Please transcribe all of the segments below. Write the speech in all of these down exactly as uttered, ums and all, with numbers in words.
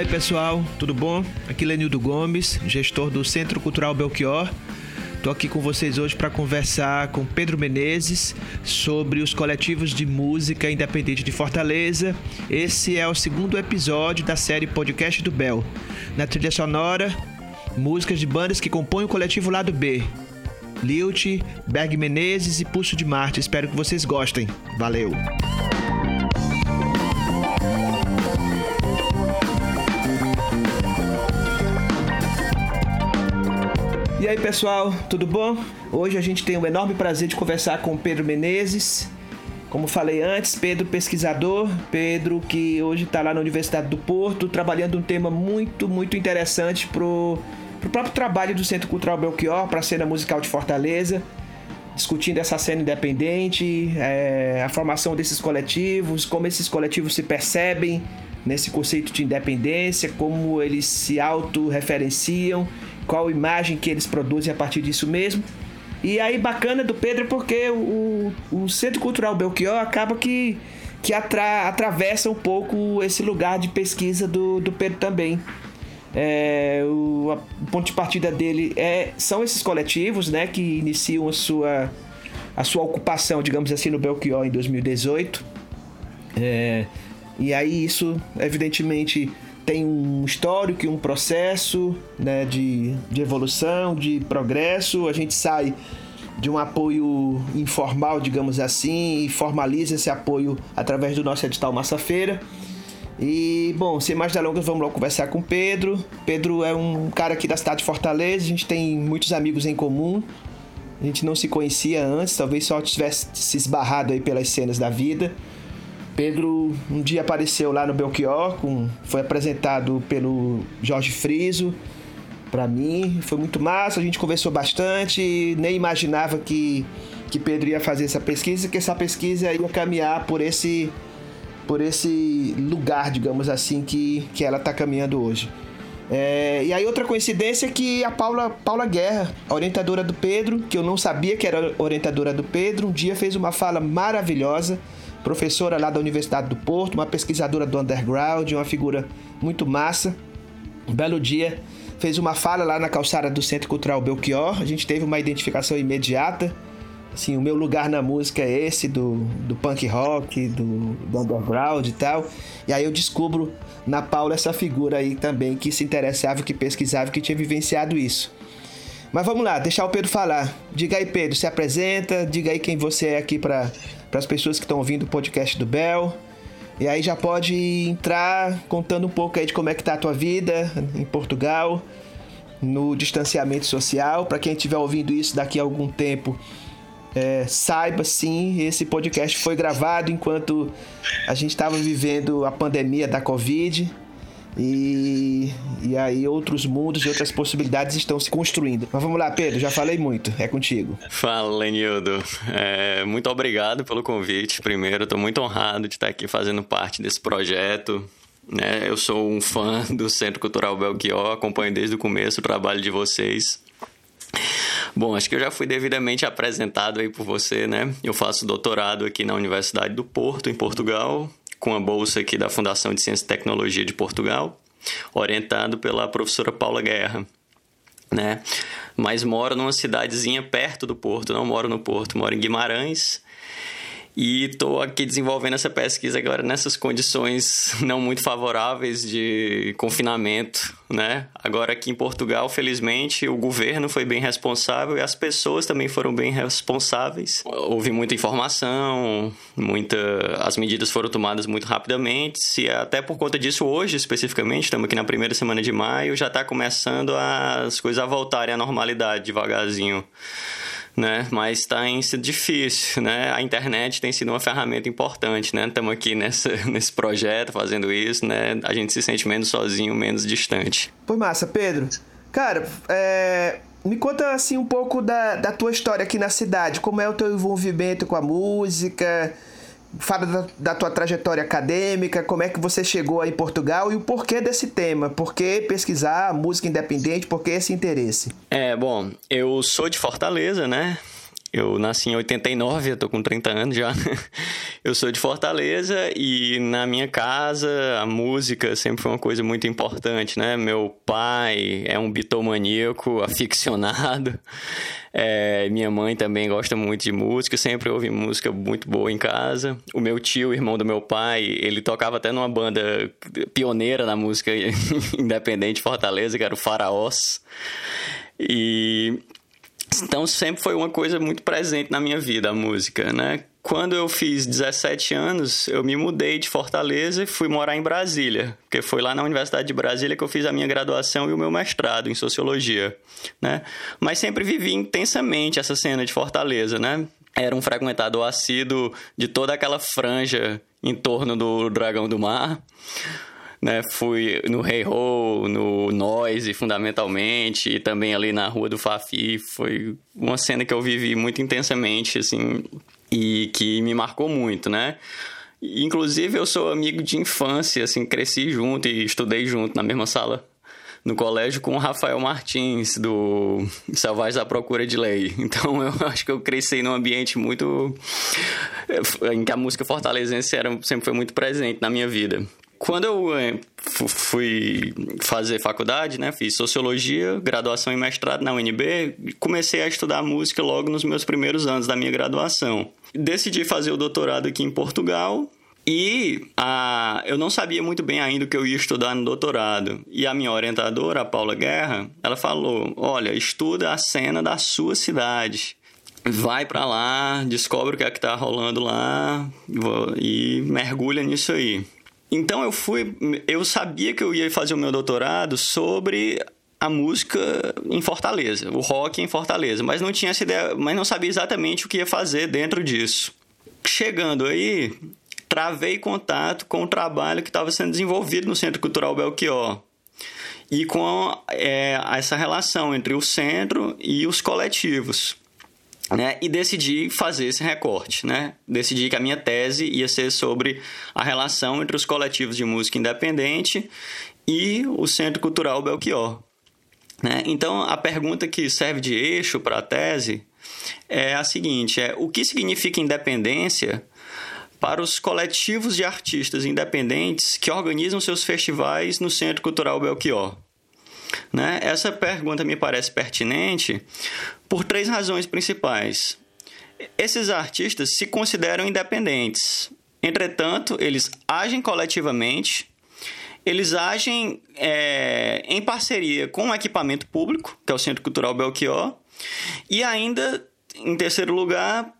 aí pessoal, tudo bom? Aqui é Lenildo Gomes, gestor do Centro Cultural Belchior. Estou aqui com vocês hoje para conversar com Pedro Menezes sobre os coletivos de música independente de Fortaleza. Esse é o segundo episódio da série Podcast do Bel. Na trilha sonora, músicas de bandas que compõem o coletivo Lado B. Lilt, Berg Menezes e Pulso de Marte. Espero que vocês gostem. Valeu! E aí pessoal, tudo bom? Hoje a gente tem o enorme prazer de conversar com o Pedro Menezes. Como falei antes, Pedro pesquisador, Pedro que hoje está lá na Universidade do Porto, trabalhando um tema muito, muito interessante para o próprio trabalho do Centro Cultural Belchior, para a cena musical de Fortaleza, discutindo essa cena independente, é, a formação desses coletivos, como esses coletivos se percebem nesse conceito de independência, como eles se autorreferenciam, qual imagem que eles produzem a partir disso mesmo. E aí bacana do Pedro porque o, o Centro Cultural Belchior acaba que, que atra, atravessa um pouco esse lugar de pesquisa do, do Pedro também. É, o, o ponto de partida dele é, são esses coletivos, né, que iniciam a sua, a sua ocupação, digamos assim, no Belchior em dois mil e dezoito. É, e aí isso, evidentemente, tem um histórico e um processo, né, de, de evolução, de progresso. A gente sai de um apoio informal, digamos assim, e formaliza esse apoio através do nosso edital Massa Feira. E, bom, sem mais delongas, vamos logo conversar com o Pedro. Pedro é um cara aqui da cidade de Fortaleza, a gente tem muitos amigos em comum. A gente não se conhecia antes, talvez só tivesse se esbarrado aí pelas cenas da vida. Pedro um dia apareceu lá no Belchior, com, foi apresentado pelo Jorge Friso para mim, foi muito massa, a gente conversou bastante, nem imaginava que, que Pedro ia fazer essa pesquisa, que essa pesquisa ia caminhar por esse, por esse lugar, digamos assim, que, que ela está caminhando hoje. É, e aí outra coincidência é que a Paula, Paula Guerra, a orientadora do Pedro, que eu não sabia que era orientadora do Pedro, um dia fez uma fala maravilhosa, professora lá da Universidade do Porto, uma pesquisadora do underground, uma figura muito massa. Um belo dia fez uma fala lá na calçada do Centro Cultural Belchior, a gente teve uma identificação imediata. Assim, o meu lugar na música é esse, do, do punk rock, do, do underground e tal. E aí eu descubro na Paula essa figura aí também que se interessava, que pesquisava, que tinha vivenciado isso. Mas vamos lá, deixar o Pedro falar. Diga aí, Pedro, se apresenta, diga aí quem você é aqui para as pessoas que estão ouvindo o podcast do Bel. E aí já pode entrar contando um pouco aí de como é que tá a tua vida em Portugal, no distanciamento social. Para quem estiver ouvindo isso daqui a algum tempo, é, saiba sim, esse podcast foi gravado enquanto a gente estava vivendo a pandemia da Covid. E, e aí outros mundos e outras possibilidades estão se construindo. Mas vamos lá, Pedro, já falei muito, é contigo. Fala, Lenildo. É, muito obrigado pelo convite. Primeiro, estou muito honrado de estar aqui fazendo parte desse projeto. Né? Eu sou um fã do Centro Cultural Belchior, acompanho desde o começo o trabalho de vocês. Bom, acho que eu já fui devidamente apresentado aí por você, né? Eu faço doutorado aqui na Universidade do Porto, em Portugal, com a bolsa aqui da Fundação de Ciência e Tecnologia de Portugal, orientado pela professora Paula Guerra, né? Mas moro numa cidadezinha perto do Porto, não moro no Porto, moro em Guimarães. E estou aqui desenvolvendo essa pesquisa agora nessas condições não muito favoráveis de confinamento, né? Agora aqui em Portugal, felizmente, o governo foi bem responsável e as pessoas também foram bem responsáveis. Houve muita informação, muita... as medidas foram tomadas muito rapidamente e até por conta disso hoje, especificamente, estamos aqui na primeira semana de maio, já está começando as coisas a voltarem à normalidade devagarzinho. Né? Mas tem sido difícil, né? A internet tem sido uma ferramenta importante, né? Estamos aqui nessa, nesse projeto, fazendo isso, né? A gente se sente menos sozinho, menos distante. Pô, massa, Pedro. Cara, é... me conta assim um pouco da, da tua história aqui na cidade. Como é o teu envolvimento com a música? Fala da, da tua trajetória acadêmica, como é que você chegou aí em Portugal e o porquê desse tema, por que pesquisar música independente, por que esse interesse? É, bom, eu sou de Fortaleza, né? Eu nasci em oitenta e nove, eu tô com trinta anos já. Eu sou de Fortaleza e na minha casa a música sempre foi uma coisa muito importante, né? Meu pai é um bitomaníaco aficionado. É, minha mãe também gosta muito de música, sempre ouve música muito boa em casa. O meu tio, irmão do meu pai, ele tocava até numa banda pioneira na música independente de Fortaleza, que era o Faraós. E então sempre foi uma coisa muito presente na minha vida, a música, né? Quando eu fiz dezessete anos, eu me mudei de Fortaleza e fui morar em Brasília, porque foi lá na Universidade de Brasília que eu fiz a minha graduação e o meu mestrado em Sociologia, né? Mas sempre vivi intensamente essa cena de Fortaleza, né? Era um frequentador assíduo de toda aquela franja em torno do Dragão do Mar, né? Fui no Hey Ho, no Noise, fundamentalmente, e também ali na Rua do Fafi. Foi uma cena que eu vivi muito intensamente, assim, e que me marcou muito, né? Inclusive, eu sou amigo de infância, assim, cresci junto e estudei junto na mesma sala no colégio com o Rafael Martins, do Selvagens à Procura de Lei. Então, eu acho que eu cresci num ambiente muito... em que a música fortalezense era, sempre foi muito presente na minha vida. Quando eu é, fui fazer faculdade, né, fiz Sociologia, graduação e mestrado na U N B, comecei a estudar música logo nos meus primeiros anos da minha graduação. Decidi fazer o doutorado aqui em Portugal e a, eu não sabia muito bem ainda o que eu ia estudar no doutorado. E a minha orientadora, a Paula Guerra, ela falou, olha, estuda a cena da sua cidade. Vai pra lá, descobre o que é que tá rolando lá e mergulha nisso aí. Então eu fui, eu sabia que eu ia fazer o meu doutorado sobre a música em Fortaleza, o rock em Fortaleza, mas não tinha essa ideia, mas não sabia exatamente o que ia fazer dentro disso. Chegando aí, travei contato com o trabalho que estava sendo desenvolvido no Centro Cultural Belchior e com é, essa relação entre o centro e os coletivos. Né? E decidi fazer esse recorte, né? Decidi que a minha tese ia ser sobre a relação entre os coletivos de música independente e o Centro Cultural Belchior. Né? Então, a pergunta que serve de eixo para a tese é a seguinte, é o que significa independência para os coletivos de artistas independentes que organizam seus festivais no Centro Cultural Belchior? Né? Essa pergunta me parece pertinente por três razões principais. Esses artistas se consideram independentes. Entretanto, eles agem coletivamente, eles agem é, em parceria com o equipamento público, que é o Centro Cultural Belchior, e ainda, em terceiro lugar,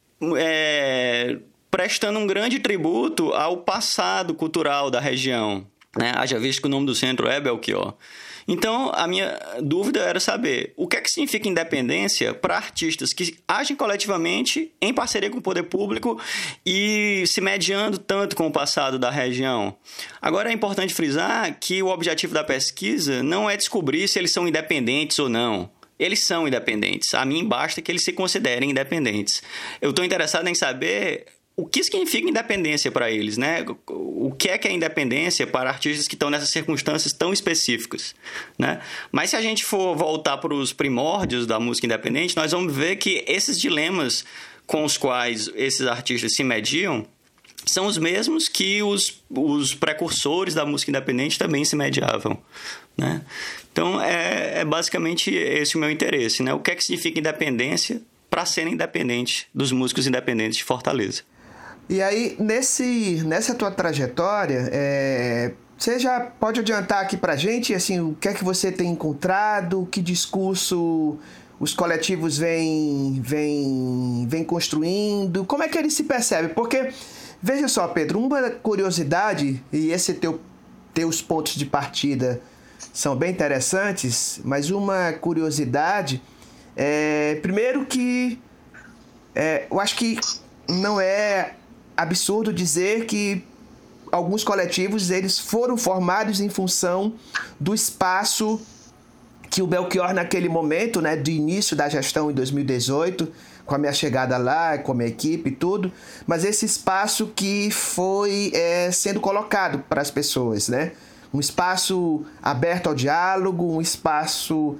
é, prestando um grande tributo ao passado cultural da região. Né? Haja visto que o nome do centro é Belchior. Então, a minha dúvida era saber o que é que significa independência para artistas que agem coletivamente em parceria com o poder público e se mediando tanto com o passado da região. Agora, é importante frisar que o objetivo da pesquisa não é descobrir se eles são independentes ou não. Eles são independentes. A mim basta que eles se considerem independentes. Eu estou interessado em saber o que significa independência para eles, né? O que é que é independência para artistas que estão nessas circunstâncias tão específicas, né? Mas se a gente for voltar para os primórdios da música independente, nós vamos ver que esses dilemas com os quais esses artistas se mediam são os mesmos que os, os precursores da música independente também se mediavam, né? Então, é, é basicamente esse o meu interesse, né? O que é que significa independência para ser independente dos músicos independentes de Fortaleza. E aí, nesse, nessa tua trajetória, é, você já pode adiantar aqui pra gente, assim, o que é que você tem encontrado, que discurso os coletivos vêm, vêm, vêm construindo, como é que eles se percebem? Porque, veja só, Pedro, uma curiosidade, e esse teu, teus pontos de partida são bem interessantes, mas uma curiosidade é, primeiro que é, eu acho que não é absurdo dizer que alguns coletivos eles foram formados em função do espaço que o Belchior naquele momento, né, do início da gestão em dois mil e dezoito, com a minha chegada lá, com a minha equipe e tudo, mas esse espaço que foi é, sendo colocado para as pessoas, né? Um espaço aberto ao diálogo, um espaço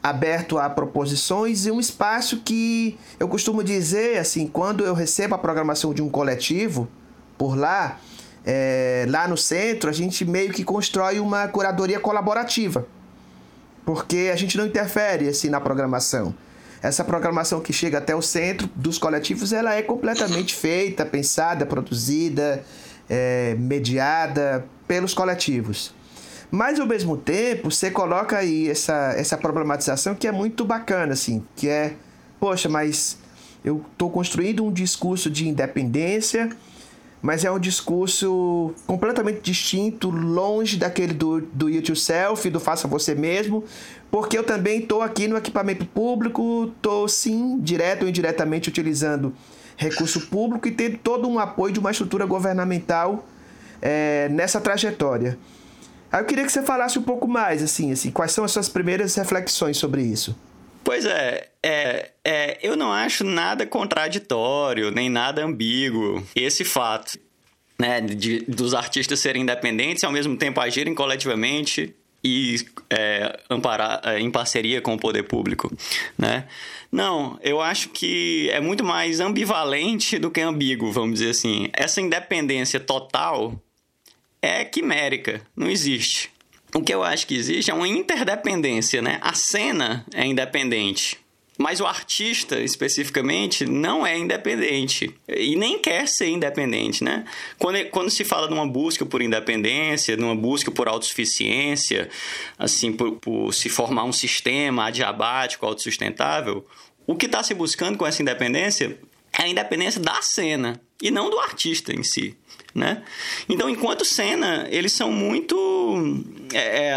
aberto a proposições e um espaço que eu costumo dizer, assim, quando eu recebo a programação de um coletivo por lá, é, lá no centro, a gente meio que constrói uma curadoria colaborativa, porque a gente não interfere assim na programação. Essa programação que chega até o centro dos coletivos, ela é completamente feita, pensada, produzida, é, mediada pelos coletivos. Mas, ao mesmo tempo, você coloca aí essa, essa problematização que é muito bacana, assim, que é, poxa, mas eu estou construindo um discurso de independência, mas é um discurso completamente distinto, longe daquele do, do it yourself, do faça você mesmo, porque eu também estou aqui no equipamento público, estou sim, direto ou indiretamente, utilizando recurso público e tendo todo um apoio de uma estrutura governamental é, nessa trajetória. Aí eu queria que você falasse um pouco mais, assim, assim, quais são as suas primeiras reflexões sobre isso? Pois é, é, é, eu não acho nada contraditório, nem nada ambíguo esse fato, né, de, dos artistas serem independentes e ao mesmo tempo agirem coletivamente e é, amparar, é, em parceria com o poder público, né? Não, eu acho que é muito mais ambivalente do que ambíguo, vamos dizer assim. Essa independência total é quimérica, não existe. O que eu acho que existe é uma interdependência, né? A cena é independente, mas o artista, especificamente, não é independente e nem quer ser independente, né? Quando, quando se fala de uma busca por independência, de uma busca por autossuficiência, assim, por, por se formar um sistema adiabático, autossustentável, o que está se buscando com essa independência é a independência da cena e não do artista em si, né? Então, enquanto cena, eles são muito é,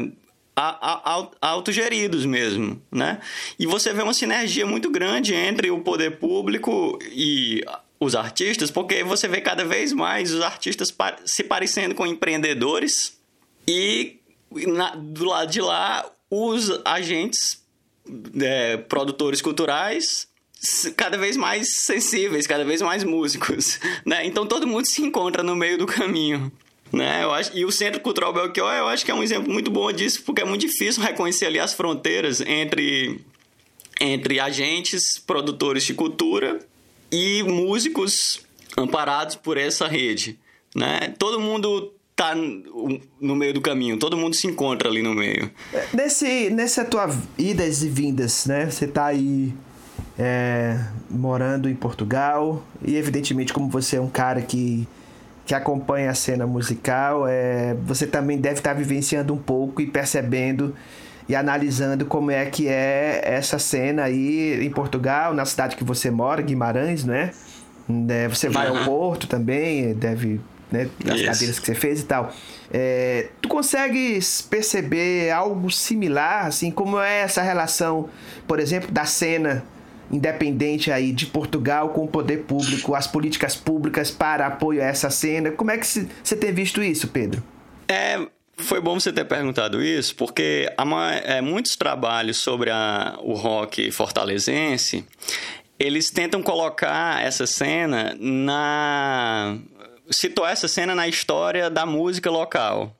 é, autogeridos mesmo, né? E você vê uma sinergia muito grande entre o poder público e os artistas, porque você vê cada vez mais os artistas se parecendo com empreendedores e, na, do lado de lá, os agentes é, produtores culturais cada vez mais sensíveis, cada vez mais músicos, né? Então todo mundo se encontra no meio do caminho, né? Eu acho, e o Centro Cultural Belchior, eu acho que é um exemplo muito bom disso, porque é muito difícil reconhecer ali as fronteiras entre, entre agentes, produtores de cultura e músicos amparados por essa rede, né? Todo mundo tá no meio do caminho, todo mundo se encontra ali no meio. Nesse, nessa tua idas e vindas, né? Você tá aí É, morando em Portugal e evidentemente como você é um cara que, que acompanha a cena musical, é, você também deve estar vivenciando um pouco e percebendo e analisando como é que é essa cena aí em Portugal, na cidade que você mora, Guimarães, não é? É, você vai ao Porto também, deve, né, as yes. cadeiras que você fez e tal. É, tu consegues perceber algo similar, assim, como é essa relação, por exemplo, da cena independente aí de Portugal com o poder público, as políticas públicas para apoio a essa cena? Como é que você tem visto isso, Pedro? É, foi bom você ter perguntado isso, porque há é, muitos trabalhos sobre a, o rock fortalezense, eles tentam colocar essa cena na... situar essa cena na história da música local.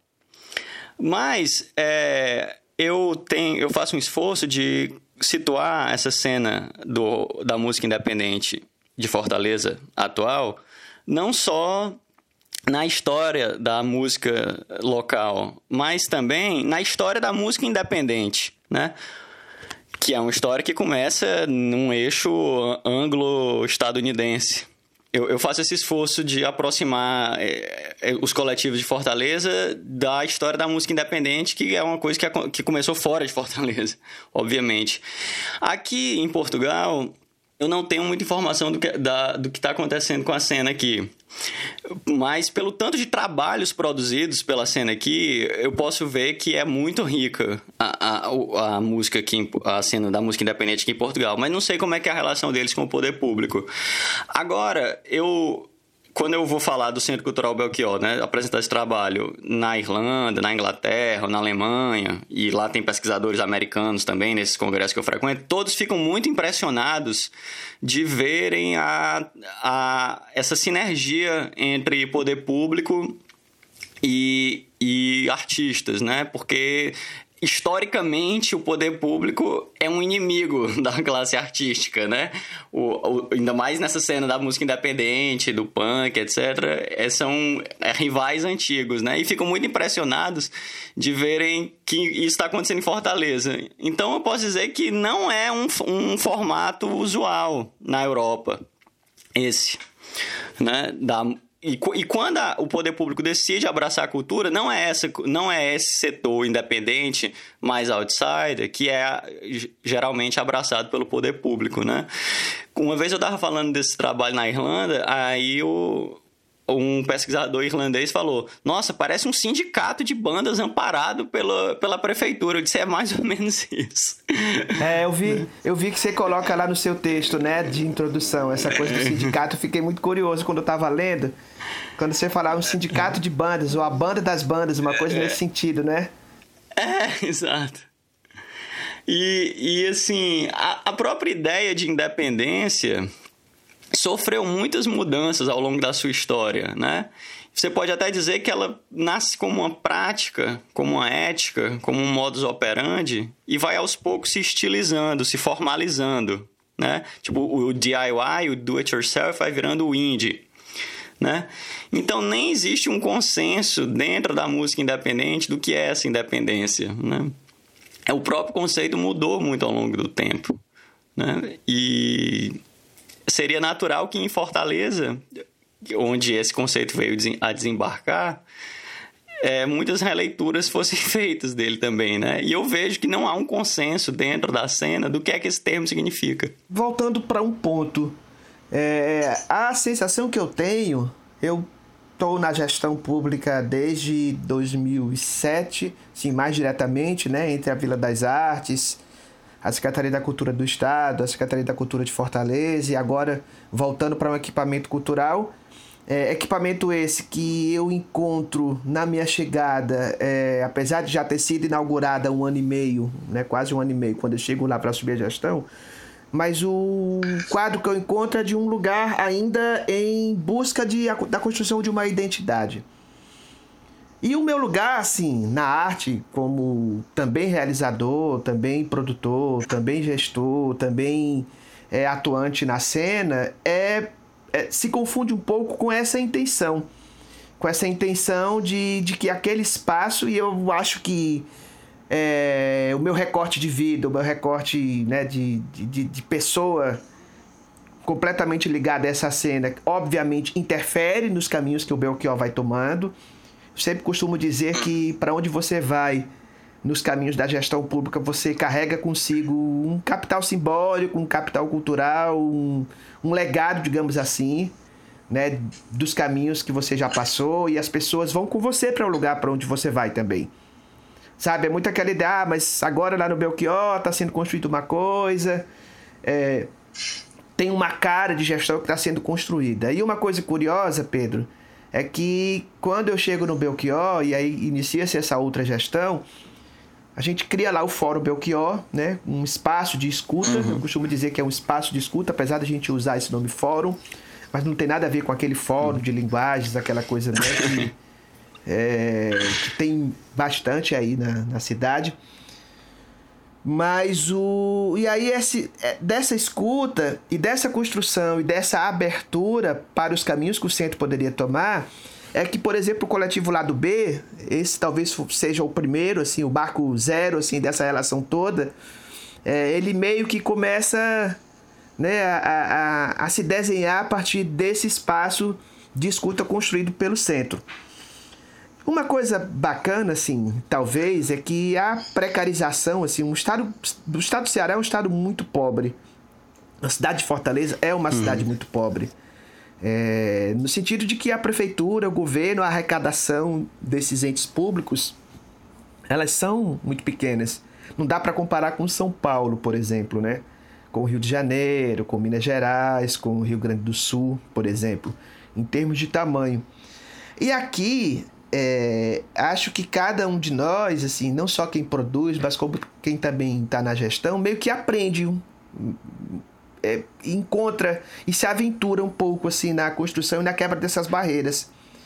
Mas é, eu, tenho, eu faço um esforço de situar essa cena do, da música independente de Fortaleza atual, não só na história da música local, mas também na história da música independente, né? Que é uma história que começa num eixo anglo-estadunidense. Eu, eu faço esse esforço de aproximar é, é, os coletivos de Fortaleza da história da música independente, que é uma coisa que, que começou fora de Fortaleza, obviamente. Aqui em Portugal, eu não tenho muita informação do que da, do que está acontecendo com a cena aqui. Mas pelo tanto de trabalhos produzidos pela cena aqui, eu posso ver que é muito rica a, a, a música aqui, a cena da música independente aqui em Portugal. Mas não sei como é que é a relação deles com o poder público. Agora, eu... Quando eu vou falar do Centro Cultural Belchior, né, apresentar esse trabalho na Irlanda, na Inglaterra, na Alemanha, e lá tem pesquisadores americanos também nesses congressos que eu frequento, todos ficam muito impressionados de verem a, a, essa sinergia entre poder público e, e artistas, né? Porque historicamente, o poder público é um inimigo da classe artística, né? O, o, ainda mais nessa cena da música independente, do punk, etcétera. É, são é, rivais antigos, né? E ficam muito impressionados de verem que isso está acontecendo em Fortaleza. Então, eu posso dizer que não é um, um formato usual na Europa, esse, né? Da E, e quando a, o poder público decide abraçar a cultura, não é, essa, não é esse setor independente mais outsider que é geralmente abraçado pelo poder público, né? Uma vez eu estava falando desse trabalho na Irlanda, aí o, um pesquisador irlandês falou: nossa, parece um sindicato de bandas amparado pela, pela prefeitura. Eu disse, é mais ou menos isso. É, eu vi, eu vi que você coloca lá no seu texto, né, de introdução, essa coisa do sindicato. Eu fiquei muito curioso quando eu estava lendo, quando você falava um sindicato de bandas, ou a banda das bandas, uma coisa nesse sentido, né? É, exato. E, e assim, a, a própria ideia de independência sofreu muitas mudanças ao longo da sua história, né? Você pode até dizer que ela nasce como uma prática, como uma ética, como um modus operandi e vai aos poucos se estilizando, se formalizando, né? Tipo, o D I Y, o do it yourself, vai virando o indie, né? Então, nem existe um consenso dentro da música independente do que é essa independência, né? O próprio conceito mudou muito ao longo do tempo, né? E seria natural que em Fortaleza, onde esse conceito veio a desembarcar, é, muitas releituras fossem feitas dele também, né? E eu vejo que não há um consenso dentro da cena do que é que esse termo significa. Voltando para um ponto, é, a sensação que eu tenho, eu estou na gestão pública desde dois mil e sete, sim, mais diretamente, né, entre a Vila das Artes, a Secretaria da Cultura do Estado, a Secretaria da Cultura de Fortaleza, e agora voltando para um equipamento cultural. É, equipamento esse que eu encontro na minha chegada, é, apesar de já ter sido inaugurada um ano e meio, né, quase um ano e meio, quando eu chego lá para assumir a gestão, mas o quadro que eu encontro é de um lugar ainda em busca de, da construção de uma identidade. E o meu lugar, assim, na arte, como também realizador, também produtor, também gestor, também é, atuante na cena, é, é, se confunde um pouco com essa intenção. Com essa intenção de, de que aquele espaço, e eu acho que é, o meu recorte de vida, o meu recorte, né, de, de, de pessoa completamente ligada a essa cena, obviamente interfere nos caminhos que o Belchior vai tomando. Sempre costumo dizer que para onde você vai nos caminhos da gestão pública, você carrega consigo um capital simbólico, um capital cultural, um, um legado, digamos assim, né, dos caminhos que você já passou, e as pessoas vão com você para o lugar para onde você vai também. Sabe, é muito aquela ideia, ah, mas agora lá no Belchior está sendo construída uma coisa, é, tem uma cara de gestão que está sendo construída. E uma coisa curiosa, Pedro, é que quando eu chego no Belchior, e aí inicia-se essa outra gestão, a gente cria lá o Fórum Belchior, né? Um espaço de escuta. Uhum. Eu costumo dizer que é um espaço de escuta, apesar da gente usar esse nome fórum, mas não tem nada a ver com aquele fórum uhum. de linguagens, aquela coisa, né? que, é, que tem bastante aí na, na cidade. Mas o... E aí, esse, dessa escuta e dessa construção e dessa abertura para os caminhos que o centro poderia tomar, é que, por exemplo, o coletivo Lado B, esse talvez seja o primeiro, assim, o barco zero, assim, dessa relação toda, é, ele meio que começa, né, a, a, a se desenhar a partir desse espaço de escuta construído pelo centro. Uma coisa bacana, assim, talvez, é que a precarização, assim, um estado, o estado do Ceará é um estado muito pobre. A cidade de Fortaleza é uma uhum. cidade muito pobre. É, no sentido de que a prefeitura, o governo, a arrecadação desses entes públicos, elas são muito pequenas. Não dá para comparar com São Paulo, por exemplo, né? Com o Rio de Janeiro, com Minas Gerais, com o Rio Grande do Sul, por exemplo, em termos de tamanho. E aqui... É, acho que cada um de nós, assim, não só quem produz, mas como quem também está na gestão, meio que aprende, é, encontra e se aventura um pouco assim, na construção e na quebra dessas barreiras.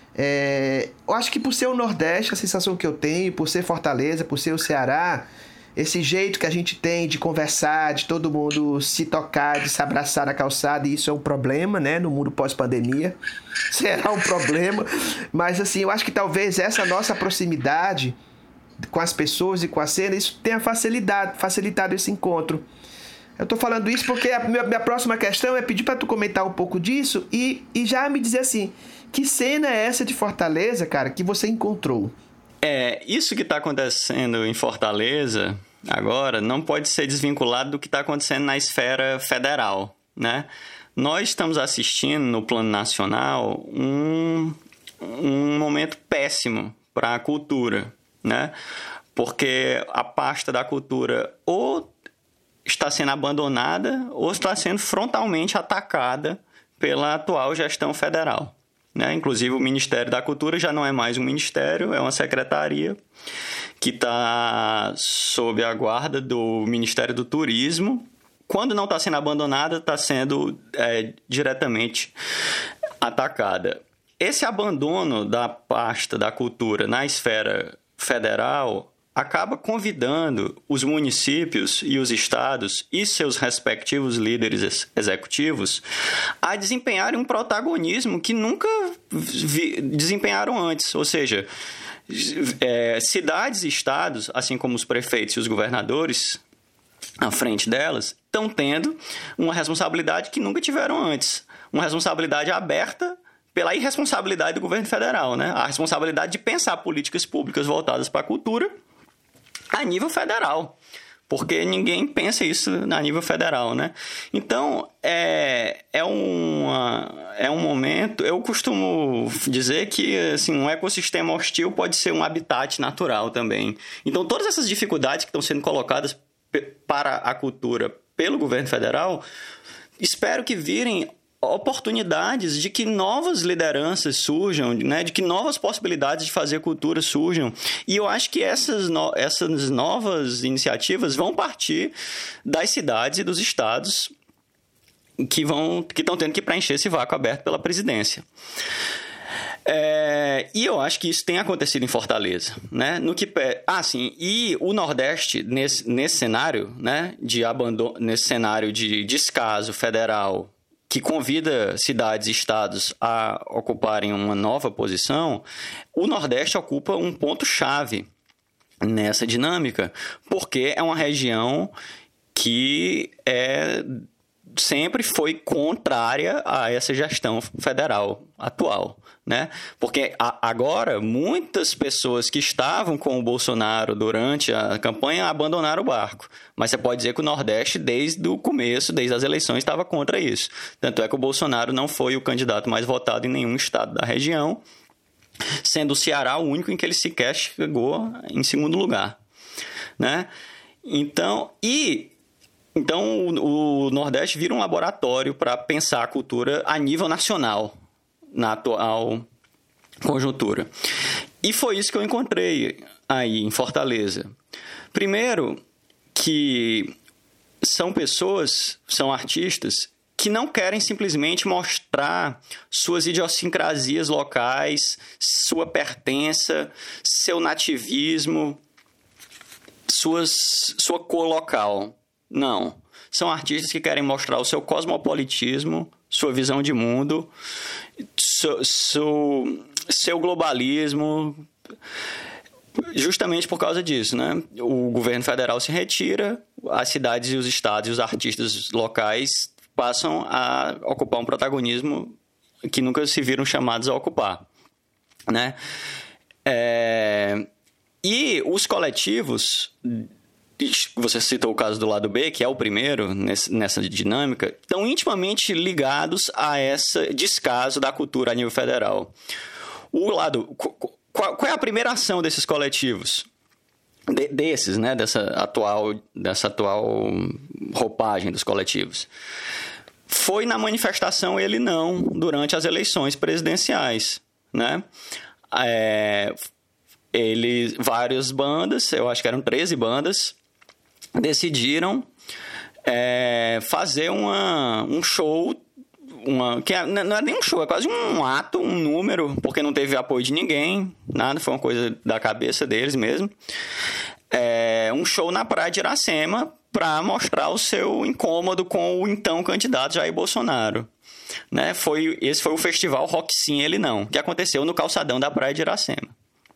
É, eu acho que por ser o Nordeste, a sensação que eu tenho, por ser Fortaleza, por ser o Ceará, esse jeito que a gente tem de conversar, de todo mundo se tocar, de se abraçar na calçada, e isso é um problema, né? No mundo pós-pandemia, será um problema. Mas assim, eu acho que talvez essa nossa proximidade com as pessoas e com a cena, isso tenha facilitado, facilitado esse encontro. Eu tô falando isso porque a minha, minha próxima questão é pedir para tu comentar um pouco disso e, e já me dizer assim, que cena é essa de Fortaleza, cara, que você encontrou? É, isso que está acontecendo em Fortaleza agora não pode ser desvinculado do que está acontecendo na esfera federal, né? Nós estamos assistindo no plano nacional um, um momento péssimo para a cultura, né? Porque a pasta da cultura ou está sendo abandonada ou está sendo frontalmente atacada pela atual gestão federal, né? Inclusive o Ministério da Cultura já não é mais um ministério, é uma secretaria que está sob a guarda do Ministério do Turismo. Quando não está sendo abandonada, está sendo é, diretamente atacada. Esse abandono da pasta da cultura na esfera federal acaba convidando os municípios e os estados e seus respectivos líderes executivos a desempenharem um protagonismo que nunca vi, desempenharam antes. Ou seja, é, cidades e estados, assim como os prefeitos e os governadores, à frente delas, estão tendo uma responsabilidade que nunca tiveram antes. Uma responsabilidade aberta pela irresponsabilidade do governo federal, né? A responsabilidade de pensar políticas públicas voltadas para a cultura a nível federal, porque ninguém pensa isso a nível federal, né? Então, é, é, uma, é um momento... Eu costumo dizer que assim, um ecossistema hostil pode ser um habitat natural também. Então, todas essas dificuldades que estão sendo colocadas para a cultura pelo governo federal, espero que virem oportunidades de que novas lideranças surjam, né? De que novas possibilidades de fazer cultura surjam. E eu acho que essas, no... essas novas iniciativas vão partir das cidades e dos estados que vão que estão tendo que preencher esse vácuo aberto pela presidência. É, e eu acho que isso tem acontecido em Fortaleza, né? No que ah, sim, e o Nordeste nesse, nesse cenário, né? De abandono, nesse cenário de descaso federal que convida cidades e estados a ocuparem uma nova posição, o Nordeste ocupa um ponto-chave nessa dinâmica, porque é uma região que é, sempre foi contrária a essa gestão federal atual, né? Porque a, agora muitas pessoas que estavam com o Bolsonaro durante a campanha abandonaram o barco. Mas você pode dizer que o Nordeste, desde o começo, desde as eleições, estava contra isso. Tanto é que o Bolsonaro não foi o candidato mais votado em nenhum estado da região, sendo o Ceará o único em que ele sequer chegou em segundo lugar, né? Então, e... Então, o, o Nordeste vira um laboratório para pensar a cultura a nível nacional, na atual conjuntura. E foi isso que eu encontrei aí em Fortaleza. Primeiro, que são pessoas, são artistas, que não querem simplesmente mostrar suas idiosincrasias locais, sua pertença, seu nativismo, suas, sua cor local. Não. São artistas que querem mostrar o seu cosmopolitismo, sua visão de mundo, seu, seu, seu globalismo, justamente por causa disso, né? O governo federal se retira, as cidades e os estados e os artistas locais passam a ocupar um protagonismo que nunca se viram chamados a ocupar, né? É... E os coletivos... Você citou o caso do lado B, que é o primeiro nesse, nessa dinâmica, estão intimamente ligados a esse descaso da cultura a nível federal. O lado, qual, qual é a primeira ação desses coletivos? De, desses, né? Dessa atual, dessa atual roupagem dos coletivos. Foi na manifestação Ele Não, durante as eleições presidenciais, né? É, eles, várias bandas, eu acho que eram treze bandas, decidiram é, fazer uma, um show uma que não é nem um show, é quase um ato, um número, porque não teve apoio de ninguém, nada, foi uma coisa da cabeça deles mesmo. É um show na praia de Iracema para mostrar o seu incômodo com o então candidato Jair Bolsonaro. Né? Foi, esse foi o festival Rock Sim, Ele Não, que aconteceu no calçadão da praia de Iracema.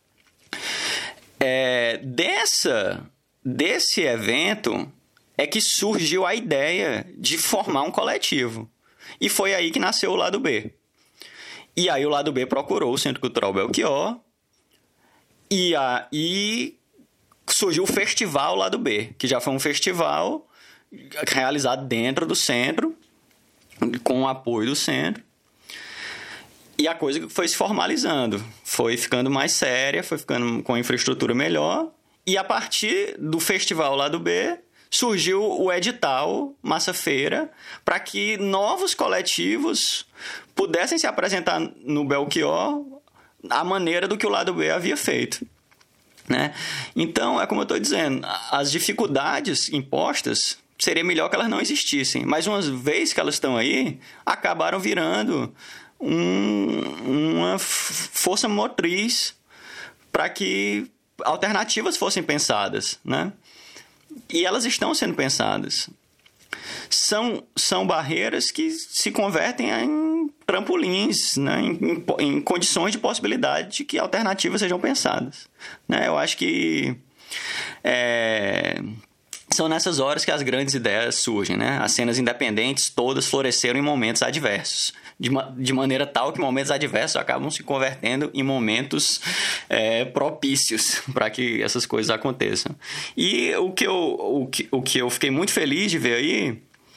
É, dessa, desse evento é que surgiu a ideia de formar um coletivo. E foi aí que nasceu o Lado B. E aí o Lado B procurou o Centro Cultural Belchior e aí surgiu o Festival Lado B, que já foi um festival realizado dentro do centro, com o apoio do centro. E a coisa foi se formalizando, foi ficando mais séria, foi ficando com infraestrutura melhor. E a partir do Festival Lado B, surgiu o edital Massa Feira para que novos coletivos pudessem se apresentar no Belchior à maneira do que o Lado B havia feito. Né? Então, é como eu estou dizendo, as dificuldades impostas seria melhor que elas não existissem, mas uma vez que elas estão aí, acabaram virando um, uma força motriz para que alternativas fossem pensadas, né? E elas estão sendo pensadas. São, são barreiras que se convertem em trampolins, né? em, em, em condições de possibilidade de que alternativas sejam pensadas. Né? Eu acho que é, são nessas horas que as grandes ideias surgem. Né? As cenas independentes todas floresceram em momentos adversos. De, ma- de maneira tal que momentos adversos acabam se convertendo em momentos é, propícios para que essas coisas aconteçam. E o que, eu, o, que, o que eu fiquei muito feliz de ver aí,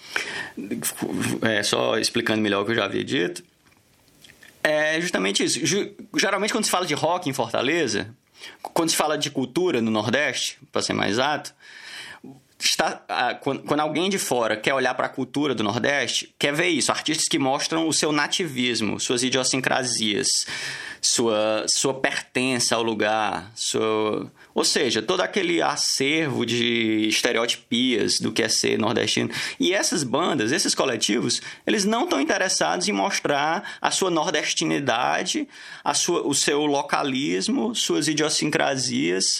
é, só explicando melhor o que eu já havia dito, é justamente isso. Geralmente quando se fala de rock em Fortaleza, quando se fala de cultura no Nordeste, para ser mais exato, Está, quando alguém de fora quer olhar para a cultura do Nordeste, quer ver isso, artistas que mostram o seu nativismo, suas idiosincrasias, sua, sua pertença ao lugar, sua, ou seja, todo aquele acervo de estereotipias do que é ser nordestino. E essas bandas, esses coletivos, eles não estão interessados em mostrar a sua nordestinidade, a sua, o seu localismo, suas idiosincrasias,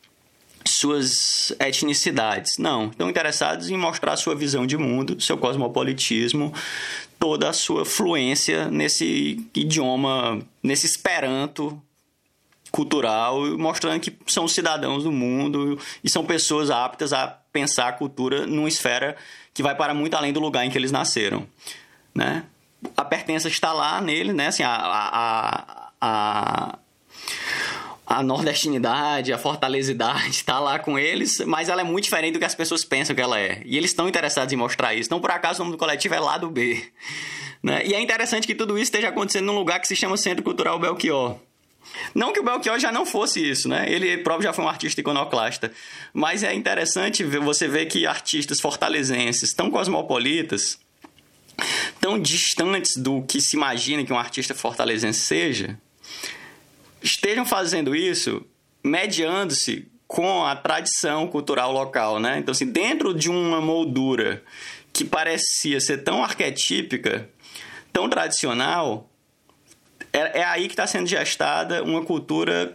suas etnicidades. Não, estão interessados em mostrar a sua visão de mundo, seu cosmopolitismo, toda a sua fluência nesse idioma, nesse esperanto cultural, mostrando que são cidadãos do mundo e são pessoas aptas a pensar a cultura numa esfera que vai para muito além do lugar em que eles nasceram. Né? A pertença está lá nele, né? Assim, a... a, a, a A nordestinidade, a fortalesidade está lá com eles, mas ela é muito diferente do que as pessoas pensam que ela é. E eles estão interessados em mostrar isso. Então, por acaso, o nome do coletivo é Lado B. Né? E é interessante que tudo isso esteja acontecendo num lugar que se chama Centro Cultural Belchior. Não que o Belchior já não fosse isso, né? Ele próprio já foi um artista iconoclasta. Mas é interessante você ver que artistas fortalezenses tão cosmopolitas, tão distantes do que se imagina que um artista fortalezense seja, estejam fazendo isso mediando-se com a tradição cultural local, né? Então, assim, dentro de uma moldura que parecia ser tão arquetípica, tão tradicional, é, é aí que está sendo gestada uma cultura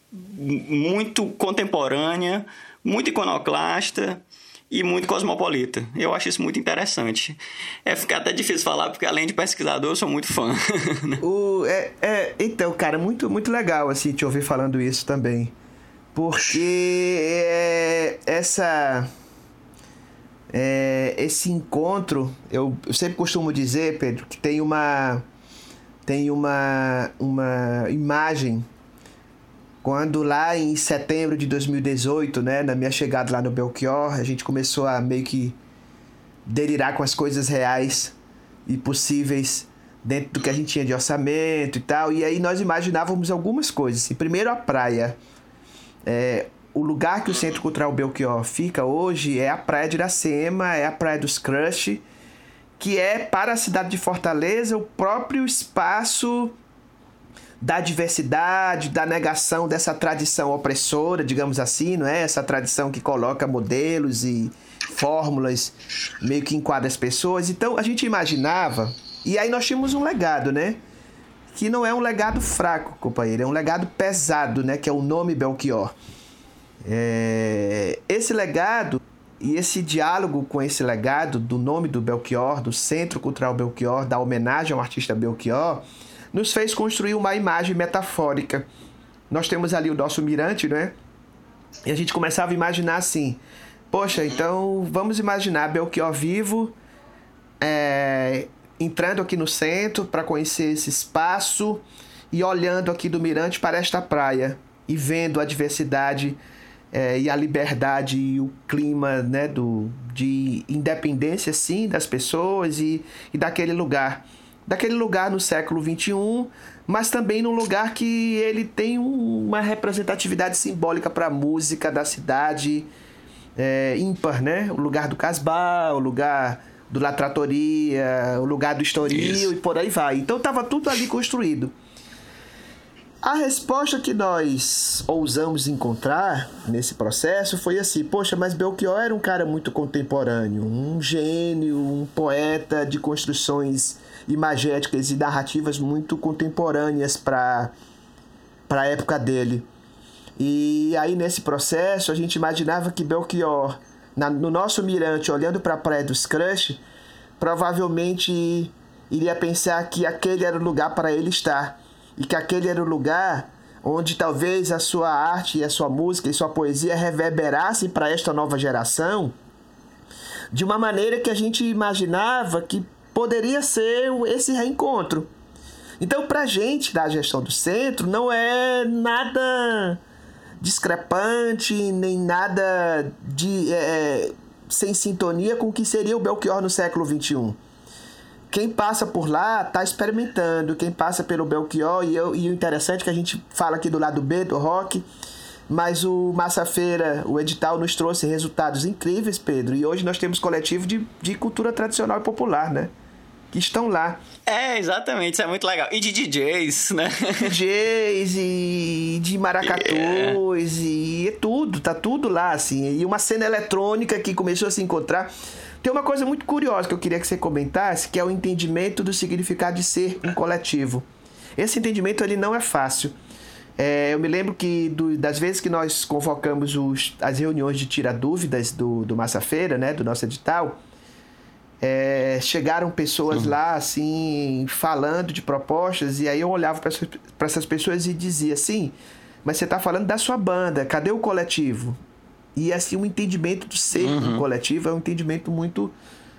muito contemporânea, muito iconoclasta e muito cosmopolita. Eu acho isso muito interessante. É ficar até difícil falar, porque além de pesquisador, eu sou muito fã. o, é, é, então, cara, muito, muito legal assim, te ouvir falando isso também. Porque é, essa, é, esse encontro, eu, eu sempre costumo dizer, Pedro, que tem uma, tem uma, uma imagem. Quando lá em setembro de dois mil e dezoito, né, na minha chegada lá no Belchior, a gente começou a meio que delirar com as coisas reais e possíveis dentro do que a gente tinha de orçamento e tal. E aí nós imaginávamos algumas coisas. Assim, primeiro, a praia. É, o lugar que o Centro Cultural Belchior fica hoje é a praia de Iracema, é a praia dos Crush, que é para a cidade de Fortaleza o próprio espaço da diversidade, da negação dessa tradição opressora, digamos assim, não é? Essa tradição que coloca modelos e fórmulas, meio que enquadra as pessoas. Então, a gente imaginava, E aí nós tínhamos um legado, né? Que não é um legado fraco, companheiro, é um legado pesado, né? Que é o nome Belchior. É... Esse legado e esse diálogo com esse legado do nome do Belchior, do Centro Cultural Belchior, da homenagem ao artista Belchior, nos fez construir uma imagem metafórica. Nós temos ali o nosso mirante, né? E a gente começava a imaginar assim, poxa, então vamos imaginar Belchior vivo, é, entrando aqui no centro para conhecer esse espaço e olhando aqui do mirante para esta praia e vendo a diversidade é, e a liberdade e o clima, né, do, de independência, sim, das pessoas e, e daquele lugar. Daquele lugar no século vinte e um, mas também num lugar que ele tem um, uma representatividade simbólica para a música da cidade é, ímpar, né? O lugar do Casbah, o lugar do La Trattoria, o lugar do Estoril Isso. e por aí vai. Então estava tudo ali construído. A resposta que nós ousamos encontrar nesse processo foi assim, poxa, mas Belchior era um cara muito contemporâneo, um gênio, um poeta de construções imagéticas e narrativas muito contemporâneas para para a época dele. E aí nesse processo a gente imaginava que Belchior, na, no nosso mirante, olhando para a Praia dos Crush, provavelmente iria pensar que aquele era o lugar para ele estar. E que aquele era o lugar onde talvez a sua arte, a sua música e sua poesia reverberassem para esta nova geração de uma maneira que a gente imaginava que poderia ser esse reencontro. Então, para a gente da gestão do centro, não é nada discrepante, nem nada de, é, sem sintonia com o que seria o Belchior no século vinte e um. Quem passa por lá está experimentando, quem passa pelo Belchior, e, eu, e o interessante é que a gente fala aqui do lado B do rock, mas o Massa Feira, o edital, nos trouxe resultados incríveis, Pedro, e hoje nós temos coletivo de, de cultura tradicional e popular, né? Que estão lá. É, exatamente, isso é muito legal. E de D Js, né? D Js e de maracatus yeah. e é tudo, tá tudo lá, assim. E uma cena eletrônica que começou a se encontrar. Tem uma coisa muito curiosa que eu queria que você comentasse, que é o entendimento do significado de ser um coletivo. Esse entendimento ele não é fácil. É, eu me lembro que do, das vezes que nós convocamos os, as reuniões de tira-dúvidas do, do Massa Feira, né, do nosso edital, é, chegaram pessoas uhum. lá assim, falando de propostas, e aí eu olhava para essas pessoas e dizia assim, mas você está falando da sua banda, cadê o coletivo? E assim, o entendimento do ser uhum. um coletivo é um entendimento muito,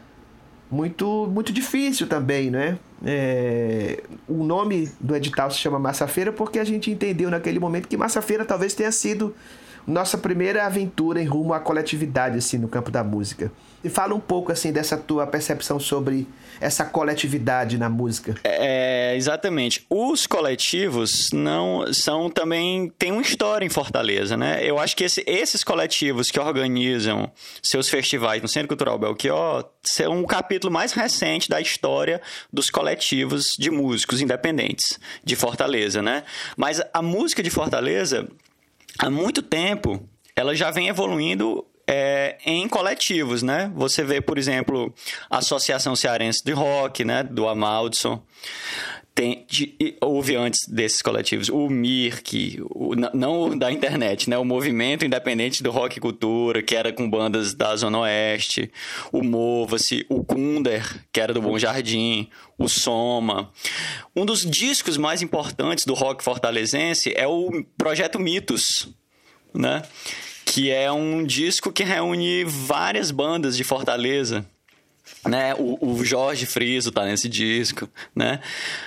muito, muito difícil também, né? É, o nome do edital se chama Massa Feira porque a gente entendeu naquele momento que Massa Feira talvez tenha sido nossa primeira aventura em rumo à coletividade assim, no campo da música. E fala um pouco assim dessa tua percepção sobre essa coletividade na música. É, exatamente. Os coletivos não são também tem uma história em Fortaleza, né? Eu acho que esse, esses coletivos que organizam seus festivais no Centro Cultural Belchior são um capítulo mais recente da história dos coletivos de músicos independentes de Fortaleza, né? Mas a música de Fortaleza, há muito tempo, ela já vem evoluindo É, em coletivos, né? Você vê, por exemplo, a Associação Cearense de Rock, né? Do Amaldson. Tem, de, houve antes desses coletivos o M I R C, o, não o da internet, né? O Movimento Independente do Rock e Cultura, que era com bandas da Zona Oeste, o Mova-se, o Kunder, que era do Bom Jardim, o Soma. Um dos discos mais importantes do rock fortalezense é o Projeto Mitos, né? Que é um disco que reúne várias bandas de Fortaleza, né? O, o Jorge Friso tá nesse disco, né?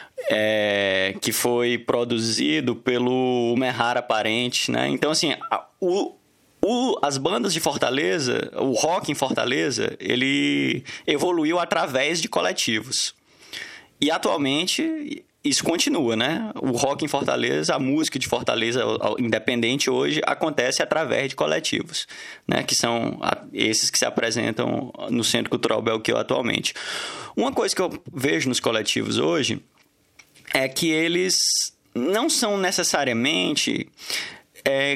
É, que foi produzido pelo Merrara Parente, né? Então, assim, a, o, o, as bandas de Fortaleza, o rock em Fortaleza, ele evoluiu através de coletivos. E, atualmente, isso continua, né? O rock em Fortaleza, a música de Fortaleza independente hoje acontece através de coletivos, né? Que são esses que se apresentam no Centro Cultural Belchior atualmente. Uma coisa que eu vejo nos coletivos hoje é que eles não são necessariamente é,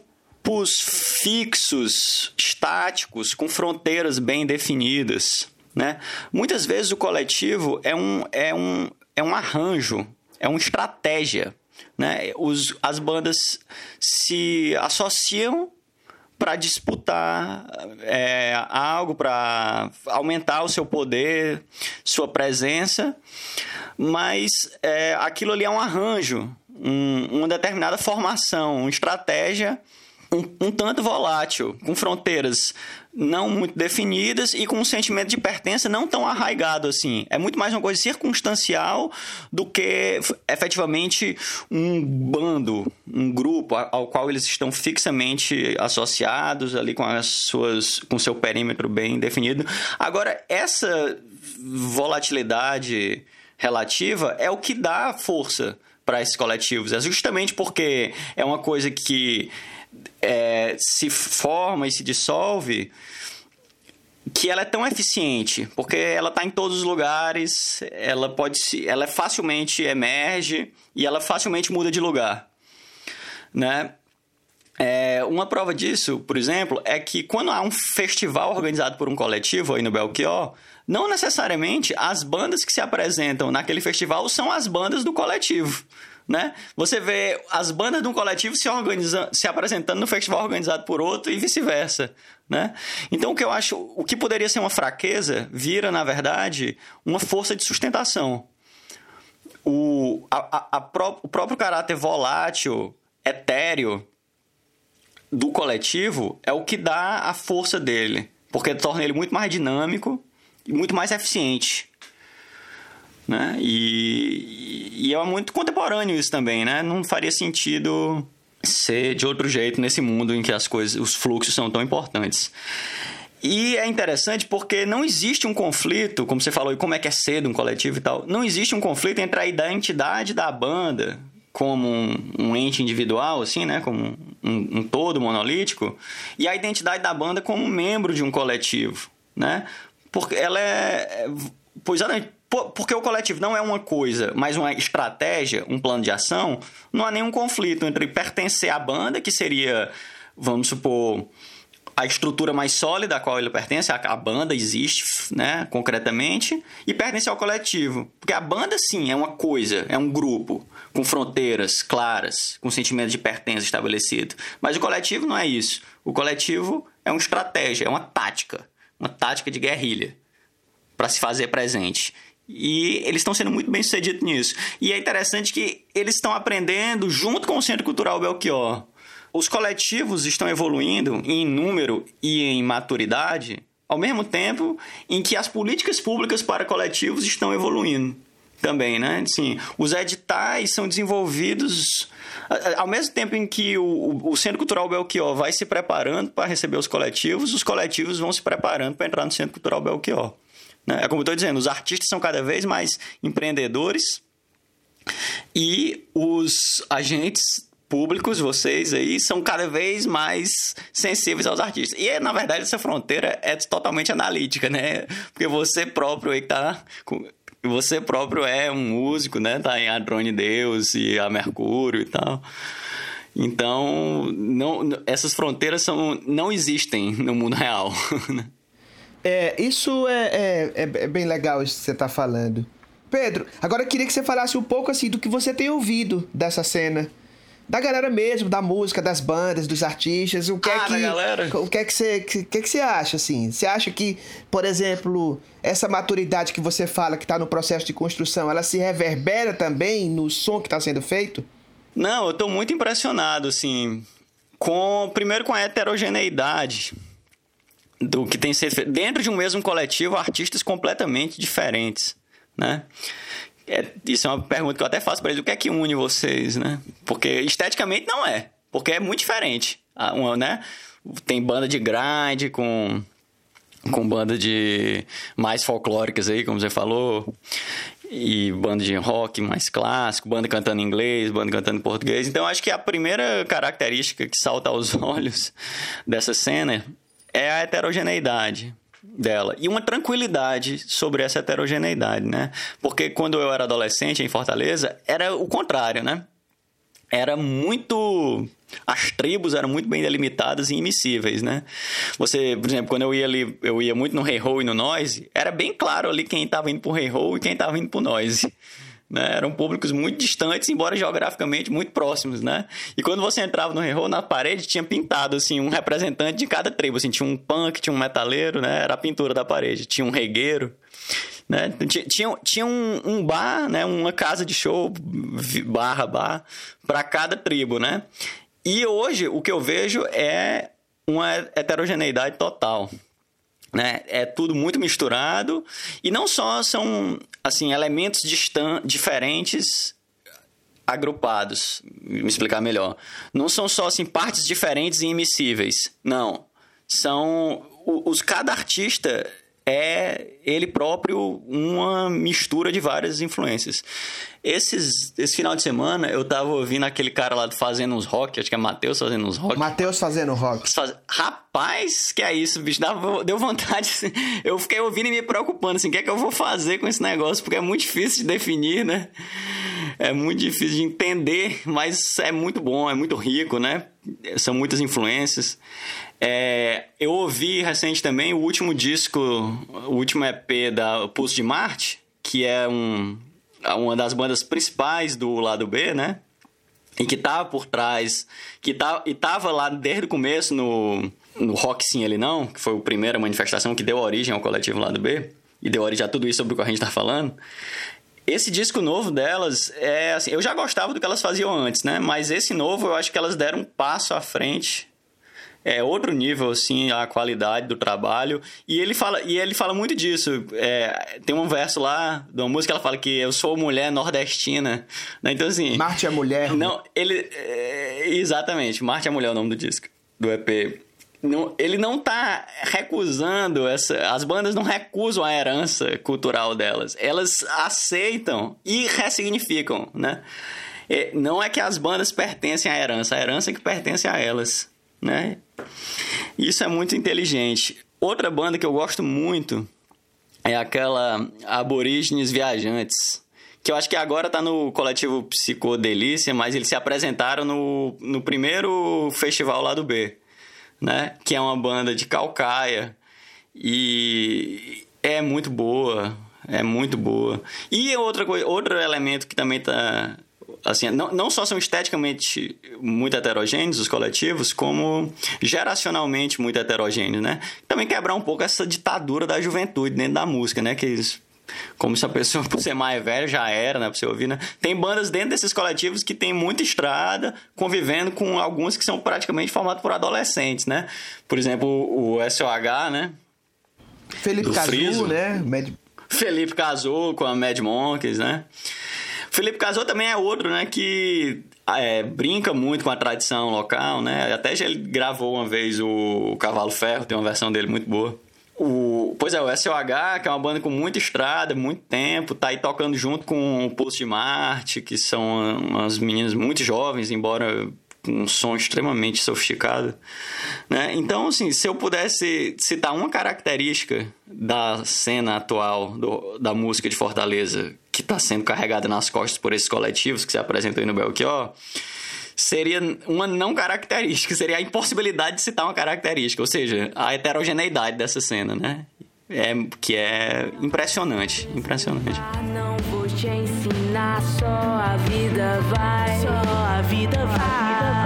grupos fixos, estáticos, com fronteiras bem definidas, né? Muitas vezes o coletivo é um, é um, é um arranjo, é uma estratégia, né? Os, as bandas se associam para disputar é, algo, para aumentar o seu poder, sua presença, mas é, aquilo ali é um arranjo, um, uma determinada formação, uma estratégia um, um tanto volátil, com fronteiras não muito definidas e com um sentimento de pertença não tão arraigado assim. É muito mais uma coisa circunstancial do que efetivamente um bando, um grupo ao qual eles estão fixamente associados ali com as suas, com seu perímetro bem definido. Agora, essa volatilidade relativa é o que dá força para esses coletivos. É justamente porque é uma coisa que É, se forma e se dissolve, que ela é tão eficiente, porque ela está em todos os lugares, ela pode se, ela facilmente emerge e ela facilmente muda de lugar, né? É, uma prova disso, por exemplo, é que quando há um festival organizado por um coletivo aí no Belchior, não necessariamente as bandas que se apresentam naquele festival são as bandas do coletivo, né? Você vê as bandas de um coletivo se, organizando, se apresentando no festival organizado por outro e vice-versa, né? Então, o que eu acho, o que poderia ser uma fraqueza, vira, na verdade, uma força de sustentação. O, a, a, a pró, o próprio caráter volátil, etéreo do coletivo é o que dá a força dele, porque torna ele muito mais dinâmico e muito mais eficiente. Né? E, e é muito contemporâneo isso também, né? Não faria sentido ser de outro jeito nesse mundo em que as coisas, os fluxos são tão importantes. E é interessante porque não existe um conflito, como você falou, e como é que é ser de um coletivo e tal, não existe um conflito entre a identidade da banda como um, um ente individual, assim, né? Como um, um todo monolítico, e a identidade da banda como membro de um coletivo, né? Porque ela é... Pois é, porque o coletivo não é uma coisa, mas uma estratégia, um plano de ação, não há nenhum conflito entre pertencer à banda, que seria, vamos supor, a estrutura mais sólida a qual ele pertence, a banda existe, né, concretamente, e pertencer ao coletivo. Porque a banda, sim, é uma coisa, é um grupo, com fronteiras claras, com sentimento de pertença estabelecido. Mas o coletivo não é isso. O coletivo é uma estratégia, é uma tática, uma tática de guerrilha para se fazer presente. E eles estão sendo muito bem sucedidos nisso. E é interessante que eles estão aprendendo junto com o Centro Cultural Belchior. Os coletivos estão evoluindo em número e em maturidade, ao mesmo tempo em que as políticas públicas para coletivos estão evoluindo também, né? Assim, os editais são desenvolvidos ao mesmo tempo em que o, o Centro Cultural Belchior vai se preparando para receber os coletivos, os coletivos vão se preparando para entrar no Centro Cultural Belchior. É como eu estou dizendo, os artistas são cada vez mais empreendedores e os agentes públicos, vocês aí, são cada vez mais sensíveis aos artistas. E, na verdade, essa fronteira é totalmente analítica, né? Porque você próprio aí tá... Você próprio é um músico, né? Tá em Adrone Deus e a Mercúrio e tal. Então, não, essas fronteiras são, não existem no mundo real, né? É, isso é, é, é bem legal isso que você está falando. Pedro, agora eu queria que você falasse um pouco assim do que você tem ouvido dessa cena. Da galera mesmo, da música, das bandas, dos artistas. O que ah, é que, da galera? O que é que você, que, que é que você acha, assim? Você acha que, por exemplo, essa maturidade que você fala que está no processo de construção, ela se reverbera também no som que está sendo feito? Não, eu estou muito impressionado, assim, com, primeiro com a heterogeneidade do que tem sido feito. Dentro de um mesmo coletivo, artistas completamente diferentes, né? É, isso é uma pergunta que eu até faço para eles. O que é que une vocês, né? Porque esteticamente não é. Porque é muito diferente. Uma, né? Tem banda de grind com, com banda de mais folclóricas aí, como você falou. E banda de rock mais clássico, banda cantando em inglês, banda cantando em português. Então, acho que a primeira característica que salta aos olhos dessa cena é a heterogeneidade dela. E uma tranquilidade sobre essa heterogeneidade, né? Porque quando eu era adolescente em Fortaleza, era o contrário, né? era muito... As tribos eram muito bem delimitadas e imissíveis, né? Você, por exemplo, quando eu ia ali, eu ia muito no Hey-Ho e no Noise, era bem claro ali quem estava indo pro Hey-Ho e quem estava indo pro Noise. Né? Eram públicos muito distantes, embora geograficamente muito próximos, né? E quando você entrava no Hey-Ho, na parede tinha pintado, assim, um representante de cada tribo. Assim, tinha um punk, tinha um metaleiro, né? Era a pintura da parede. Tinha um regueiro, né? Tinha, tinha um, um bar, né? Uma casa de show, barra bar, para cada tribo, né? E hoje o que eu vejo é uma heterogeneidade total, né? É tudo muito misturado e não só são assim elementos distan- diferentes agrupados. Me explicar melhor. Não são só assim partes diferentes e imissíveis. Não, são os cada artista é ele próprio uma mistura de várias influências. Esses, esse final de semana eu tava ouvindo aquele cara lá fazendo uns rock, acho que é Matheus fazendo uns rock. Matheus fazendo rock. Faz... Rapaz, que é isso, bicho? Dava, deu vontade. Assim, eu fiquei ouvindo e me preocupando, assim, o que é que eu vou fazer com esse negócio? Porque é muito difícil de definir, né? É muito difícil de entender, mas é muito bom, é muito rico, né? São muitas influências. É, eu ouvi recente também o último disco, o último E P da Pulso de Marte, que é um, uma das bandas principais do lado B, né? E que tava por trás, que tá, e tava lá desde o começo no, no Rock Sim Ele Não, que foi a primeira manifestação que deu origem ao coletivo lado B, e deu origem a tudo isso sobre o que a gente tá falando. Esse disco novo delas, é assim, eu já gostava do que elas faziam antes, né? Mas esse novo eu acho que elas deram um passo à frente. É outro nível, assim, a qualidade do trabalho. E ele fala, e ele fala muito disso. É, tem um verso lá de uma música que ela fala que eu sou mulher nordestina. Né? Então, assim... Marte é mulher. Não, ele... É, exatamente. Marte é mulher é o nome do disco, do E P. Não, ele não tá recusando essa... As bandas não recusam a herança cultural delas. Elas aceitam e ressignificam, né? É, não é que as bandas pertencem à herança. A herança é que pertence a elas, né? Isso é muito inteligente. Outra banda que eu gosto muito é aquela Aborígenes Viajantes, que eu acho que agora tá no coletivo Psicodelícia, mas eles se apresentaram no, no primeiro festival lá do B, né? Que é uma banda de Calcaia e é muito boa, é muito boa. E outra coisa, outro elemento que também tá... Assim, não, não só são esteticamente muito heterogêneos os coletivos, como geracionalmente muito heterogêneos, né? Também quebrar um pouco essa ditadura da juventude dentro da música, né? Que eles, como se a pessoa, por ser mais velha, já era, né? Pra você ouvir, né? Tem bandas dentro desses coletivos que tem muita estrada, convivendo com alguns que são praticamente formados por adolescentes, né? Por exemplo, o S O H, né? Felipe Cazu, né? Mad... Felipe Cazu com a Mad Monkeys, né? Felipe Cazu também é outro, né, que é, brinca muito com a tradição local, né? Até já ele gravou uma vez o Cavalo Ferro, tem uma versão dele muito boa. O, pois é, o S O H, que é uma banda com muita estrada, muito tempo, tá aí tocando junto com o Pulso de Marte, que são umas meninas muito jovens, embora com um som extremamente sofisticado, né? Então, assim, se eu pudesse citar uma característica da cena atual do, da música de Fortaleza, que está sendo carregada nas costas por esses coletivos que se apresentam aí no Belchior, seria uma não característica, seria a impossibilidade de citar uma característica, ou seja, a heterogeneidade dessa cena, né? É, que é impressionante, impressionante. Não vou te ensinar, só a vida vai, só a vida vai.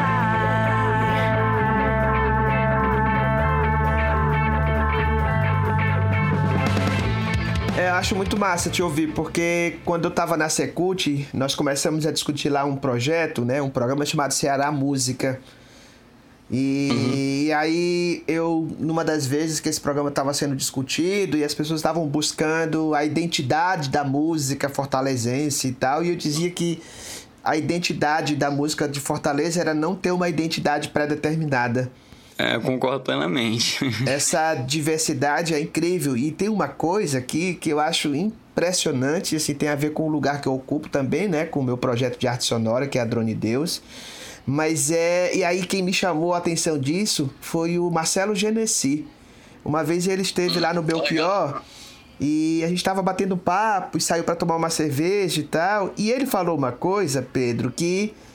É, eu acho muito massa te ouvir, porque quando eu tava na Secult, nós começamos a discutir lá um projeto, né? Um programa chamado Ceará Música. E, uhum. e aí eu, numa das vezes que esse programa estava sendo discutido e as pessoas estavam buscando a identidade da música fortalezense e tal, e eu dizia que a identidade da música de Fortaleza era não ter uma identidade pré-determinada. É, eu concordo plenamente. Essa diversidade é incrível. E tem uma coisa aqui que eu acho impressionante, assim, tem a ver com o lugar que eu ocupo também, né? Com o meu projeto de arte sonora, que é a Drone Deus. Mas é... E aí quem me chamou a atenção disso foi o Marcelo Genesi. Uma vez ele esteve lá no Belchior e a gente estava batendo papo e saiu para tomar uma cerveja e tal. E ele falou uma coisa, Pedro, que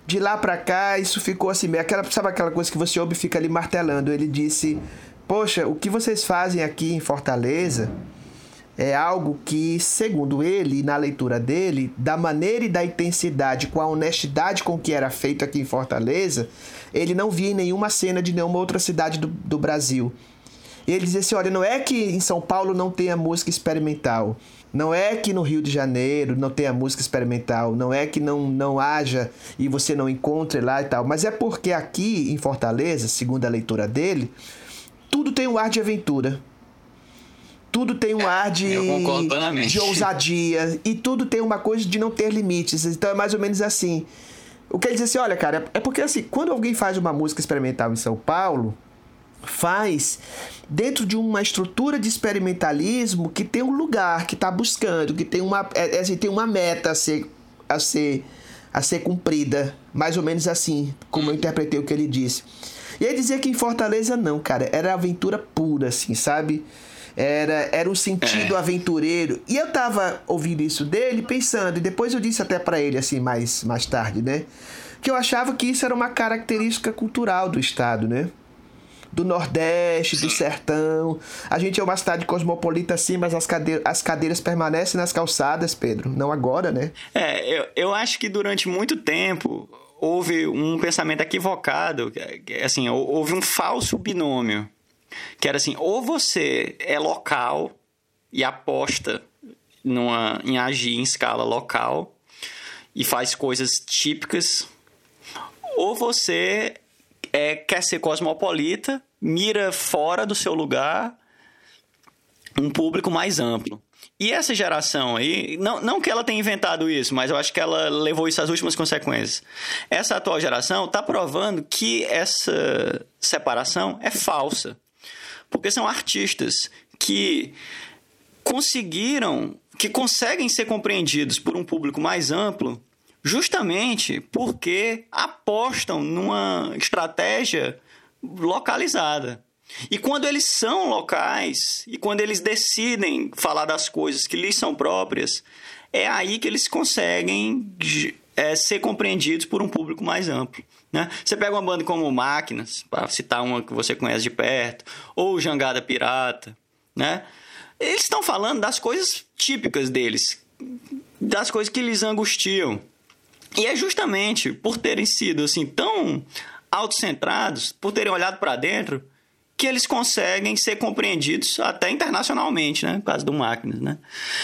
De lá pra cá, isso ficou assim, aquela, sabe aquela coisa que você ouve e fica ali martelando? Ele disse, poxa, o que vocês fazem aqui em Fortaleza é algo que, segundo ele, na leitura dele, da maneira e da intensidade, com a honestidade com que era feito aqui em Fortaleza, ele não via em nenhuma cena de nenhuma outra cidade do, do Brasil. E ele dizia assim, olha, não é que em São Paulo não tenha música experimental, não é que no Rio de Janeiro não tenha música experimental, não é que não, não haja e você não encontre lá e tal, mas é porque aqui em Fortaleza, segundo a leitura dele, tudo tem um ar de aventura. Tudo tem um ar de, de ousadia e tudo tem uma coisa de não ter limites. Então é mais ou menos assim. O que ele diz assim, olha, cara, é porque assim, quando alguém faz uma música experimental em São Paulo, faz dentro de uma estrutura de experimentalismo que tem um lugar, que está buscando, que tem uma, é, assim, tem uma meta a ser, a, ser, a ser cumprida. Mais ou menos assim, como eu interpretei o que ele disse. E ele dizia que em Fortaleza não, cara, era aventura pura, assim, sabe? Era, era um sentido é. aventureiro. E eu tava ouvindo isso dele, pensando, e depois eu disse até pra ele, assim, mais, mais tarde, né? Que eu achava que isso era uma característica cultural do estado, né? Do Nordeste, do Sertão. A gente é uma cidade cosmopolita, sim, mas as, cade- as cadeiras permanecem nas calçadas, Pedro. Não agora, né? É, eu, eu acho que durante muito tempo houve um pensamento equivocado, assim, houve um falso binômio. Que era assim, ou você é local e aposta numa, em agir em escala local e faz coisas típicas, ou você é, quer ser cosmopolita, mira fora do seu lugar um público mais amplo. E essa geração aí, não, não que ela tenha inventado isso, mas eu acho que ela levou isso às últimas consequências. Essa atual geração está provando que essa separação é falsa. Porque são artistas que conseguiram, que conseguem ser compreendidos por um público mais amplo, justamente porque apostam numa estratégia localizada. E quando eles são locais, e quando eles decidem falar das coisas que lhes são próprias, é aí que eles conseguem é, ser compreendidos por um público mais amplo. Né? Você pega uma banda como Máquinas, para citar uma que você conhece de perto, ou Jangada Pirata, né? Eles estão falando das coisas típicas deles, das coisas que lhes angustiam. E é justamente por terem sido assim, tão autocentrados, por terem olhado para dentro, que eles conseguem ser compreendidos até internacionalmente, né? No caso do Máquinas, né?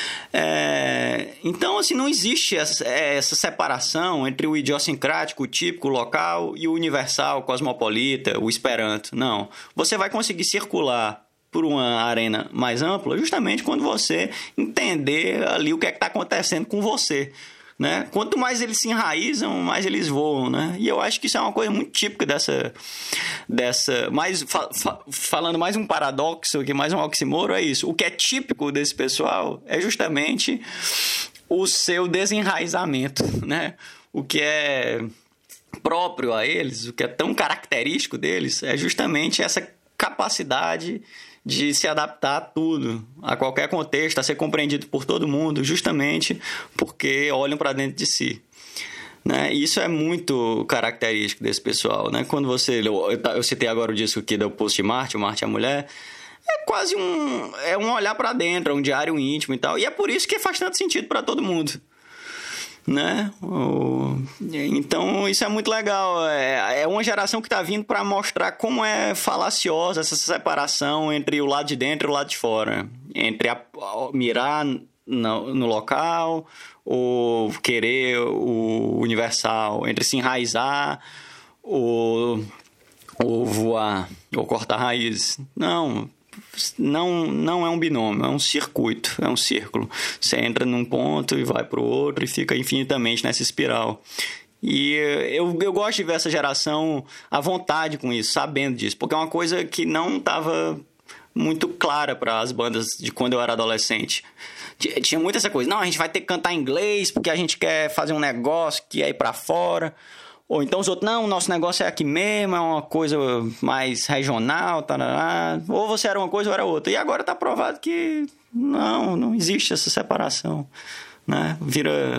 É, então, assim, não existe essa, essa separação entre o idiosincrático, o típico, o local, e o universal, o cosmopolita, o esperanto. Não. Você vai conseguir circular por uma arena mais ampla justamente quando você entender ali o que é que está acontecendo com você. Né? Quanto mais eles se enraizam, mais eles voam, né? E eu acho que isso é uma coisa muito típica dessa, dessa mais, fa, fa, falando mais um paradoxo, que mais um oxímoro, é isso. O que é típico desse pessoal é justamente o seu desenraizamento, né? O que é próprio a eles, o que é tão característico deles, é justamente essa capacidade de se adaptar a tudo, a qualquer contexto, a ser compreendido por todo mundo, justamente porque olham para dentro de si. Né? Isso é muito característico desse pessoal. Né? Quando você... Eu, eu citei agora o disco aqui do Post de Marte, o Marte é a Mulher, é quase um... É um olhar para dentro, é um diário íntimo e tal. E é por isso que faz tanto sentido para todo mundo. Né? Então isso é muito legal. É, é uma geração que está vindo para mostrar como é falaciosa essa separação entre o lado de dentro e o lado de fora, entre a, a, mirar no, no local ou querer o universal, entre se enraizar ou, ou voar ou cortar raízes. Não Não, não é um binômio, é um circuito, é um círculo. Você entra num ponto e vai para o outro e fica infinitamente nessa espiral. E eu, eu gosto de ver essa geração à vontade com isso, sabendo disso, porque é uma coisa que não estava muito clara para as bandas de quando eu era adolescente. Tinha muito essa coisa, não, a gente vai ter que cantar em inglês porque a gente quer fazer um negócio que é ir para fora. Ou então os outros, não, o nosso negócio é aqui mesmo, é uma coisa mais regional, tarará. Ou você era uma coisa ou era outra. E agora está provado que não, não existe essa separação. né? Vira...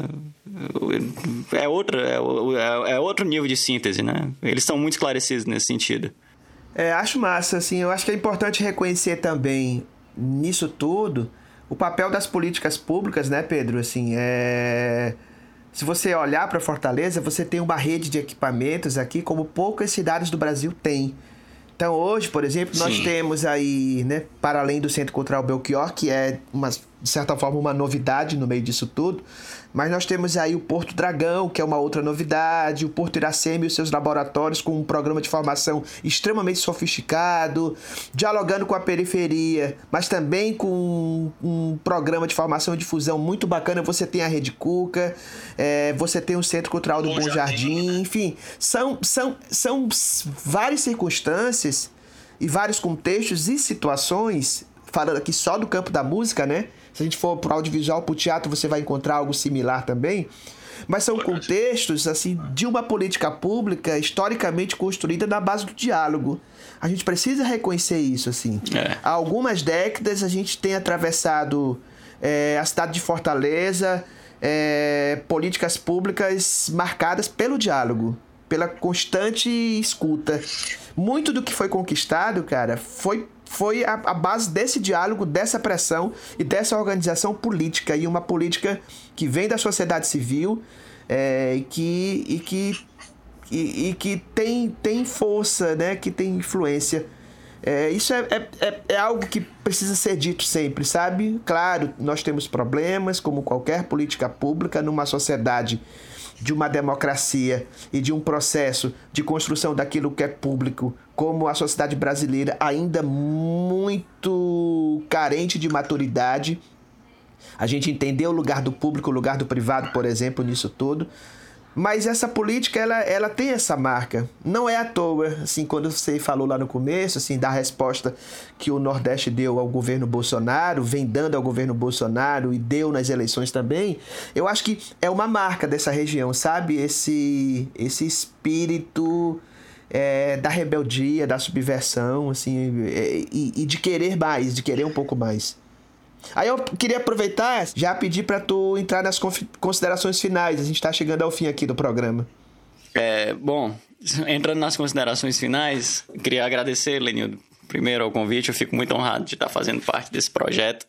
É outro, é, é outro nível de síntese, né? Eles são muito esclarecidos nesse sentido. É, acho massa, assim, eu acho que é importante reconhecer também nisso tudo o papel das políticas públicas, né, Pedro? Assim, é... Se você olhar para Fortaleza, você tem uma rede de equipamentos aqui como poucas cidades do Brasil têm. Então hoje, por exemplo, nós Sim. temos aí, né, para além do Centro Cultural Belchior, que é, uma, de certa forma, uma novidade no meio disso tudo, mas nós temos aí o Porto Dragão, que é uma outra novidade, o Porto Iracema e os seus laboratórios com um programa de formação extremamente sofisticado, dialogando com a periferia, mas também com um programa de formação e difusão muito bacana. Você tem a Rede Cuca, é, você tem o Centro Cultural do Bom, Bom Jardim, Jardim, enfim, são, são, são várias circunstâncias e vários contextos e situações, falando aqui só do campo da música, né? Se a gente for para o audiovisual, para o teatro, você vai encontrar algo similar também. Mas são contextos assim, de uma política pública historicamente construída na base do diálogo. A gente precisa reconhecer isso. Assim. É. Há algumas décadas a gente tem atravessado é, a cidade de Fortaleza, é, políticas públicas marcadas pelo diálogo, pela constante escuta. Muito do que foi conquistado, cara, foi... foi a, a base desse diálogo, dessa pressão e dessa organização política, e uma política que vem da sociedade civil é, e que, e que, e, e que tem, tem força, né? Que tem influência. É, isso é, é, é algo que precisa ser dito sempre, sabe? Claro, nós temos problemas, como qualquer política pública, numa sociedade de uma democracia e de um processo de construção daquilo que é público, como a sociedade brasileira ainda muito carente de maturidade. A gente entendeu o lugar do público, o lugar do privado, por exemplo, nisso tudo. Mas essa política, ela, ela tem essa marca. Não é à toa, assim, quando você falou lá no começo, assim, da resposta que o Nordeste deu ao governo Bolsonaro, vem dando ao governo Bolsonaro e deu nas eleições também, eu acho que é uma marca dessa região, sabe? Esse, esse espírito é, da rebeldia, da subversão, assim, é, e, e de querer mais, de querer um pouco mais. Aí eu queria aproveitar, já pedir para tu entrar nas considerações finais. A gente está chegando ao fim aqui do programa. É, bom, entrando nas considerações finais, queria agradecer, Lenildo, primeiro ao convite. Eu fico muito honrado de estar fazendo parte desse projeto.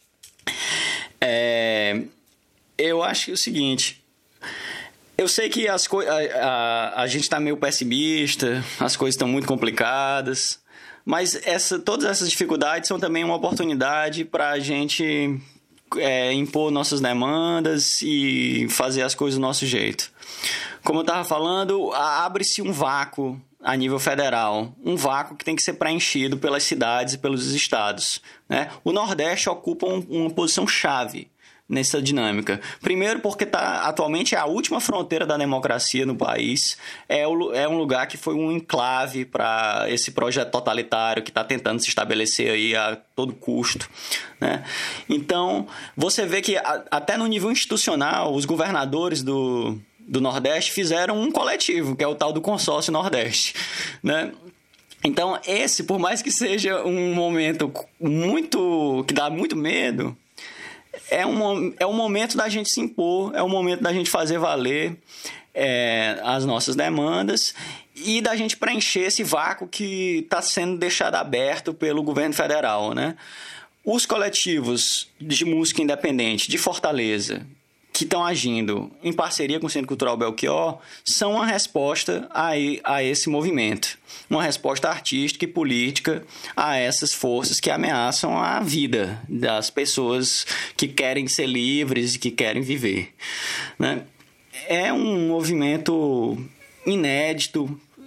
É, eu acho que é o seguinte... Eu sei que as co- a, a, a gente está meio pessimista, as coisas estão muito complicadas... Mas essa, todas essas dificuldades são também uma oportunidade para a gente é, impor nossas demandas e fazer as coisas do nosso jeito. Como eu estava falando, abre-se um vácuo a nível federal, um vácuo que tem que ser preenchido pelas cidades e pelos estados, né? O Nordeste ocupa um, uma posição chave nessa dinâmica. Primeiro porque tá, atualmente é a última fronteira da democracia no país, é, o, é um lugar que foi um enclave para esse projeto totalitário que está tentando se estabelecer aí a todo custo, né? Então, você vê que a, até no nível institucional, os governadores do, do Nordeste fizeram um coletivo, que é o tal do Consórcio Nordeste, né? Então, esse, por mais que seja um momento muito que dá muito medo, É um, é um momento da gente se impor, é um momento da gente fazer valer é, as nossas demandas e da gente preencher esse vácuo que está sendo deixado aberto pelo governo federal, né? Os coletivos de música independente de Fortaleza, que estão agindo em parceria com o Centro Cultural Belchior, são uma resposta a, a esse movimento, uma resposta artística e política a essas forças que ameaçam a vida das pessoas que querem ser livres e que querem viver, né? É um movimento inédito,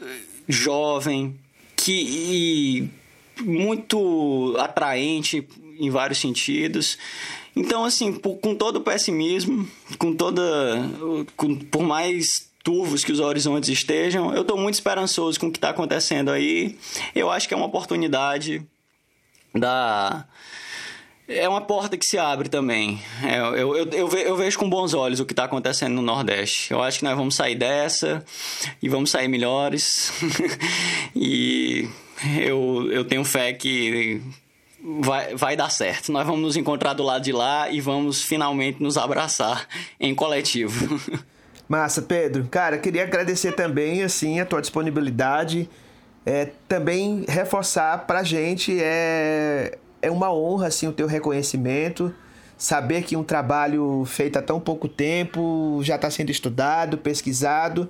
jovem, que, e muito atraente em vários sentidos. Então, assim, por, com todo o pessimismo, com toda, com, por mais turvos que os horizontes estejam, eu estou muito esperançoso com o que está acontecendo aí. Eu acho que é uma oportunidade da... É uma porta que se abre também. É, eu, eu, eu, ve, eu vejo com bons olhos o que está acontecendo no Nordeste. Eu acho que nós vamos sair dessa e vamos sair melhores. E eu, eu tenho fé que... vai, vai dar certo. Nós vamos nos encontrar do lado de lá e vamos finalmente nos abraçar em coletivo. Massa, Pedro. Cara, queria agradecer também, assim, a tua disponibilidade. É, também reforçar pra gente, é, é uma honra, assim, o teu reconhecimento. Saber que um trabalho feito há tão pouco tempo já está sendo estudado, pesquisado.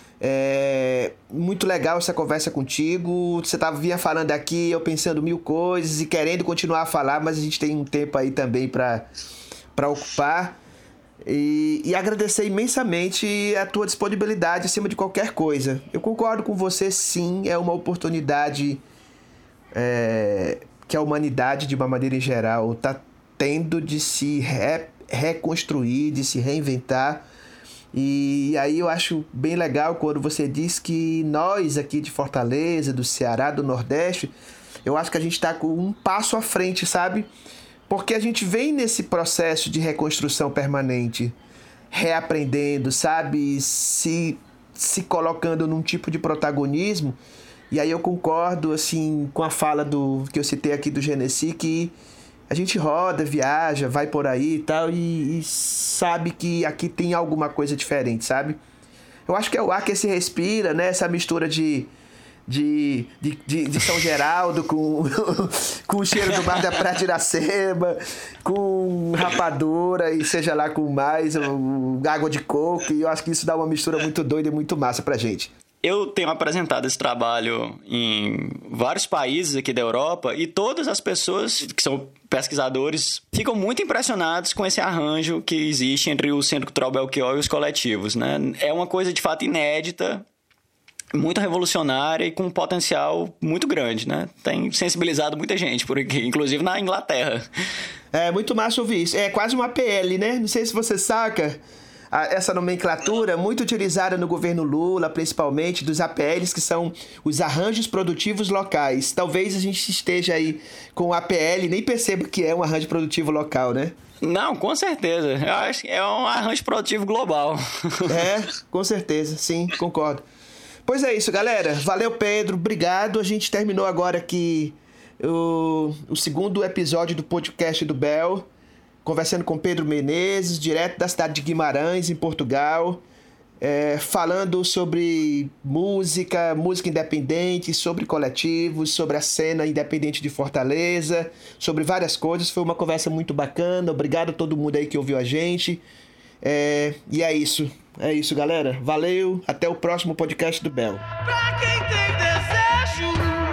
É muito legal essa conversa contigo. Você tava, vinha falando aqui, eu pensando mil coisas e querendo continuar a falar, mas a gente tem um tempo aí também para para ocupar. E, e agradecer imensamente a tua disponibilidade acima de qualquer coisa. Eu concordo com você, sim, é uma oportunidade é, que a humanidade, de uma maneira em geral, está tendo de se re, reconstruir, de se reinventar. E aí eu acho bem legal quando você diz que nós aqui de Fortaleza, do Ceará, do Nordeste, eu acho que a gente está com um passo à frente, sabe? Porque a gente vem nesse processo de reconstrução permanente, reaprendendo, sabe? Se, se colocando num tipo de protagonismo. E aí eu concordo, assim, com a fala do, que eu citei aqui do Genesi, que a gente roda, viaja, vai por aí e tal, e, e sabe que aqui tem alguma coisa diferente, sabe? Eu acho que é o ar que se respira, né? Essa mistura de... De, de, de, de São Geraldo com, com o cheiro do Bar da Praia de Iracema, com rapadura e seja lá com mais, o, água de coco, e eu acho que isso dá uma mistura muito doida e muito massa pra gente. Eu tenho apresentado esse trabalho em vários países aqui da Europa e todas as pessoas que são pesquisadores ficam muito impressionados com esse arranjo que existe entre o Centro Cultural Belchior e os coletivos, né? É uma coisa de fato inédita, muito revolucionária e com um potencial muito grande, né? Tem sensibilizado muita gente por aqui, inclusive na Inglaterra. É muito massa ouvir isso. É quase uma A P L, né? Não sei se você saca essa nomenclatura muito utilizada no governo Lula, principalmente dos A P Ls, que são os arranjos produtivos locais. Talvez a gente esteja aí com o A P L e nem perceba que é um arranjo produtivo local, né? Não, com certeza. Eu acho que é um arranjo produtivo global. É, com certeza. Sim, concordo. Pois é isso, galera. Valeu, Pedro. Obrigado. A gente terminou agora aqui o, o segundo episódio do podcast do Bel, conversando com Pedro Menezes, direto da cidade de Guimarães, em Portugal, é, falando sobre música, música independente, sobre coletivos, sobre a cena independente de Fortaleza, sobre várias coisas. Foi uma conversa muito bacana. Obrigado a todo mundo aí que ouviu a gente. É, e é isso. É isso, galera. Valeu. Até o próximo podcast do Bel. Pra quem tem desejo,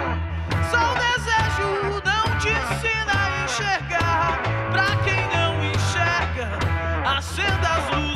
só o desejo não te ensina a enxergar. Pra quem não enxerga, acenda as luzes.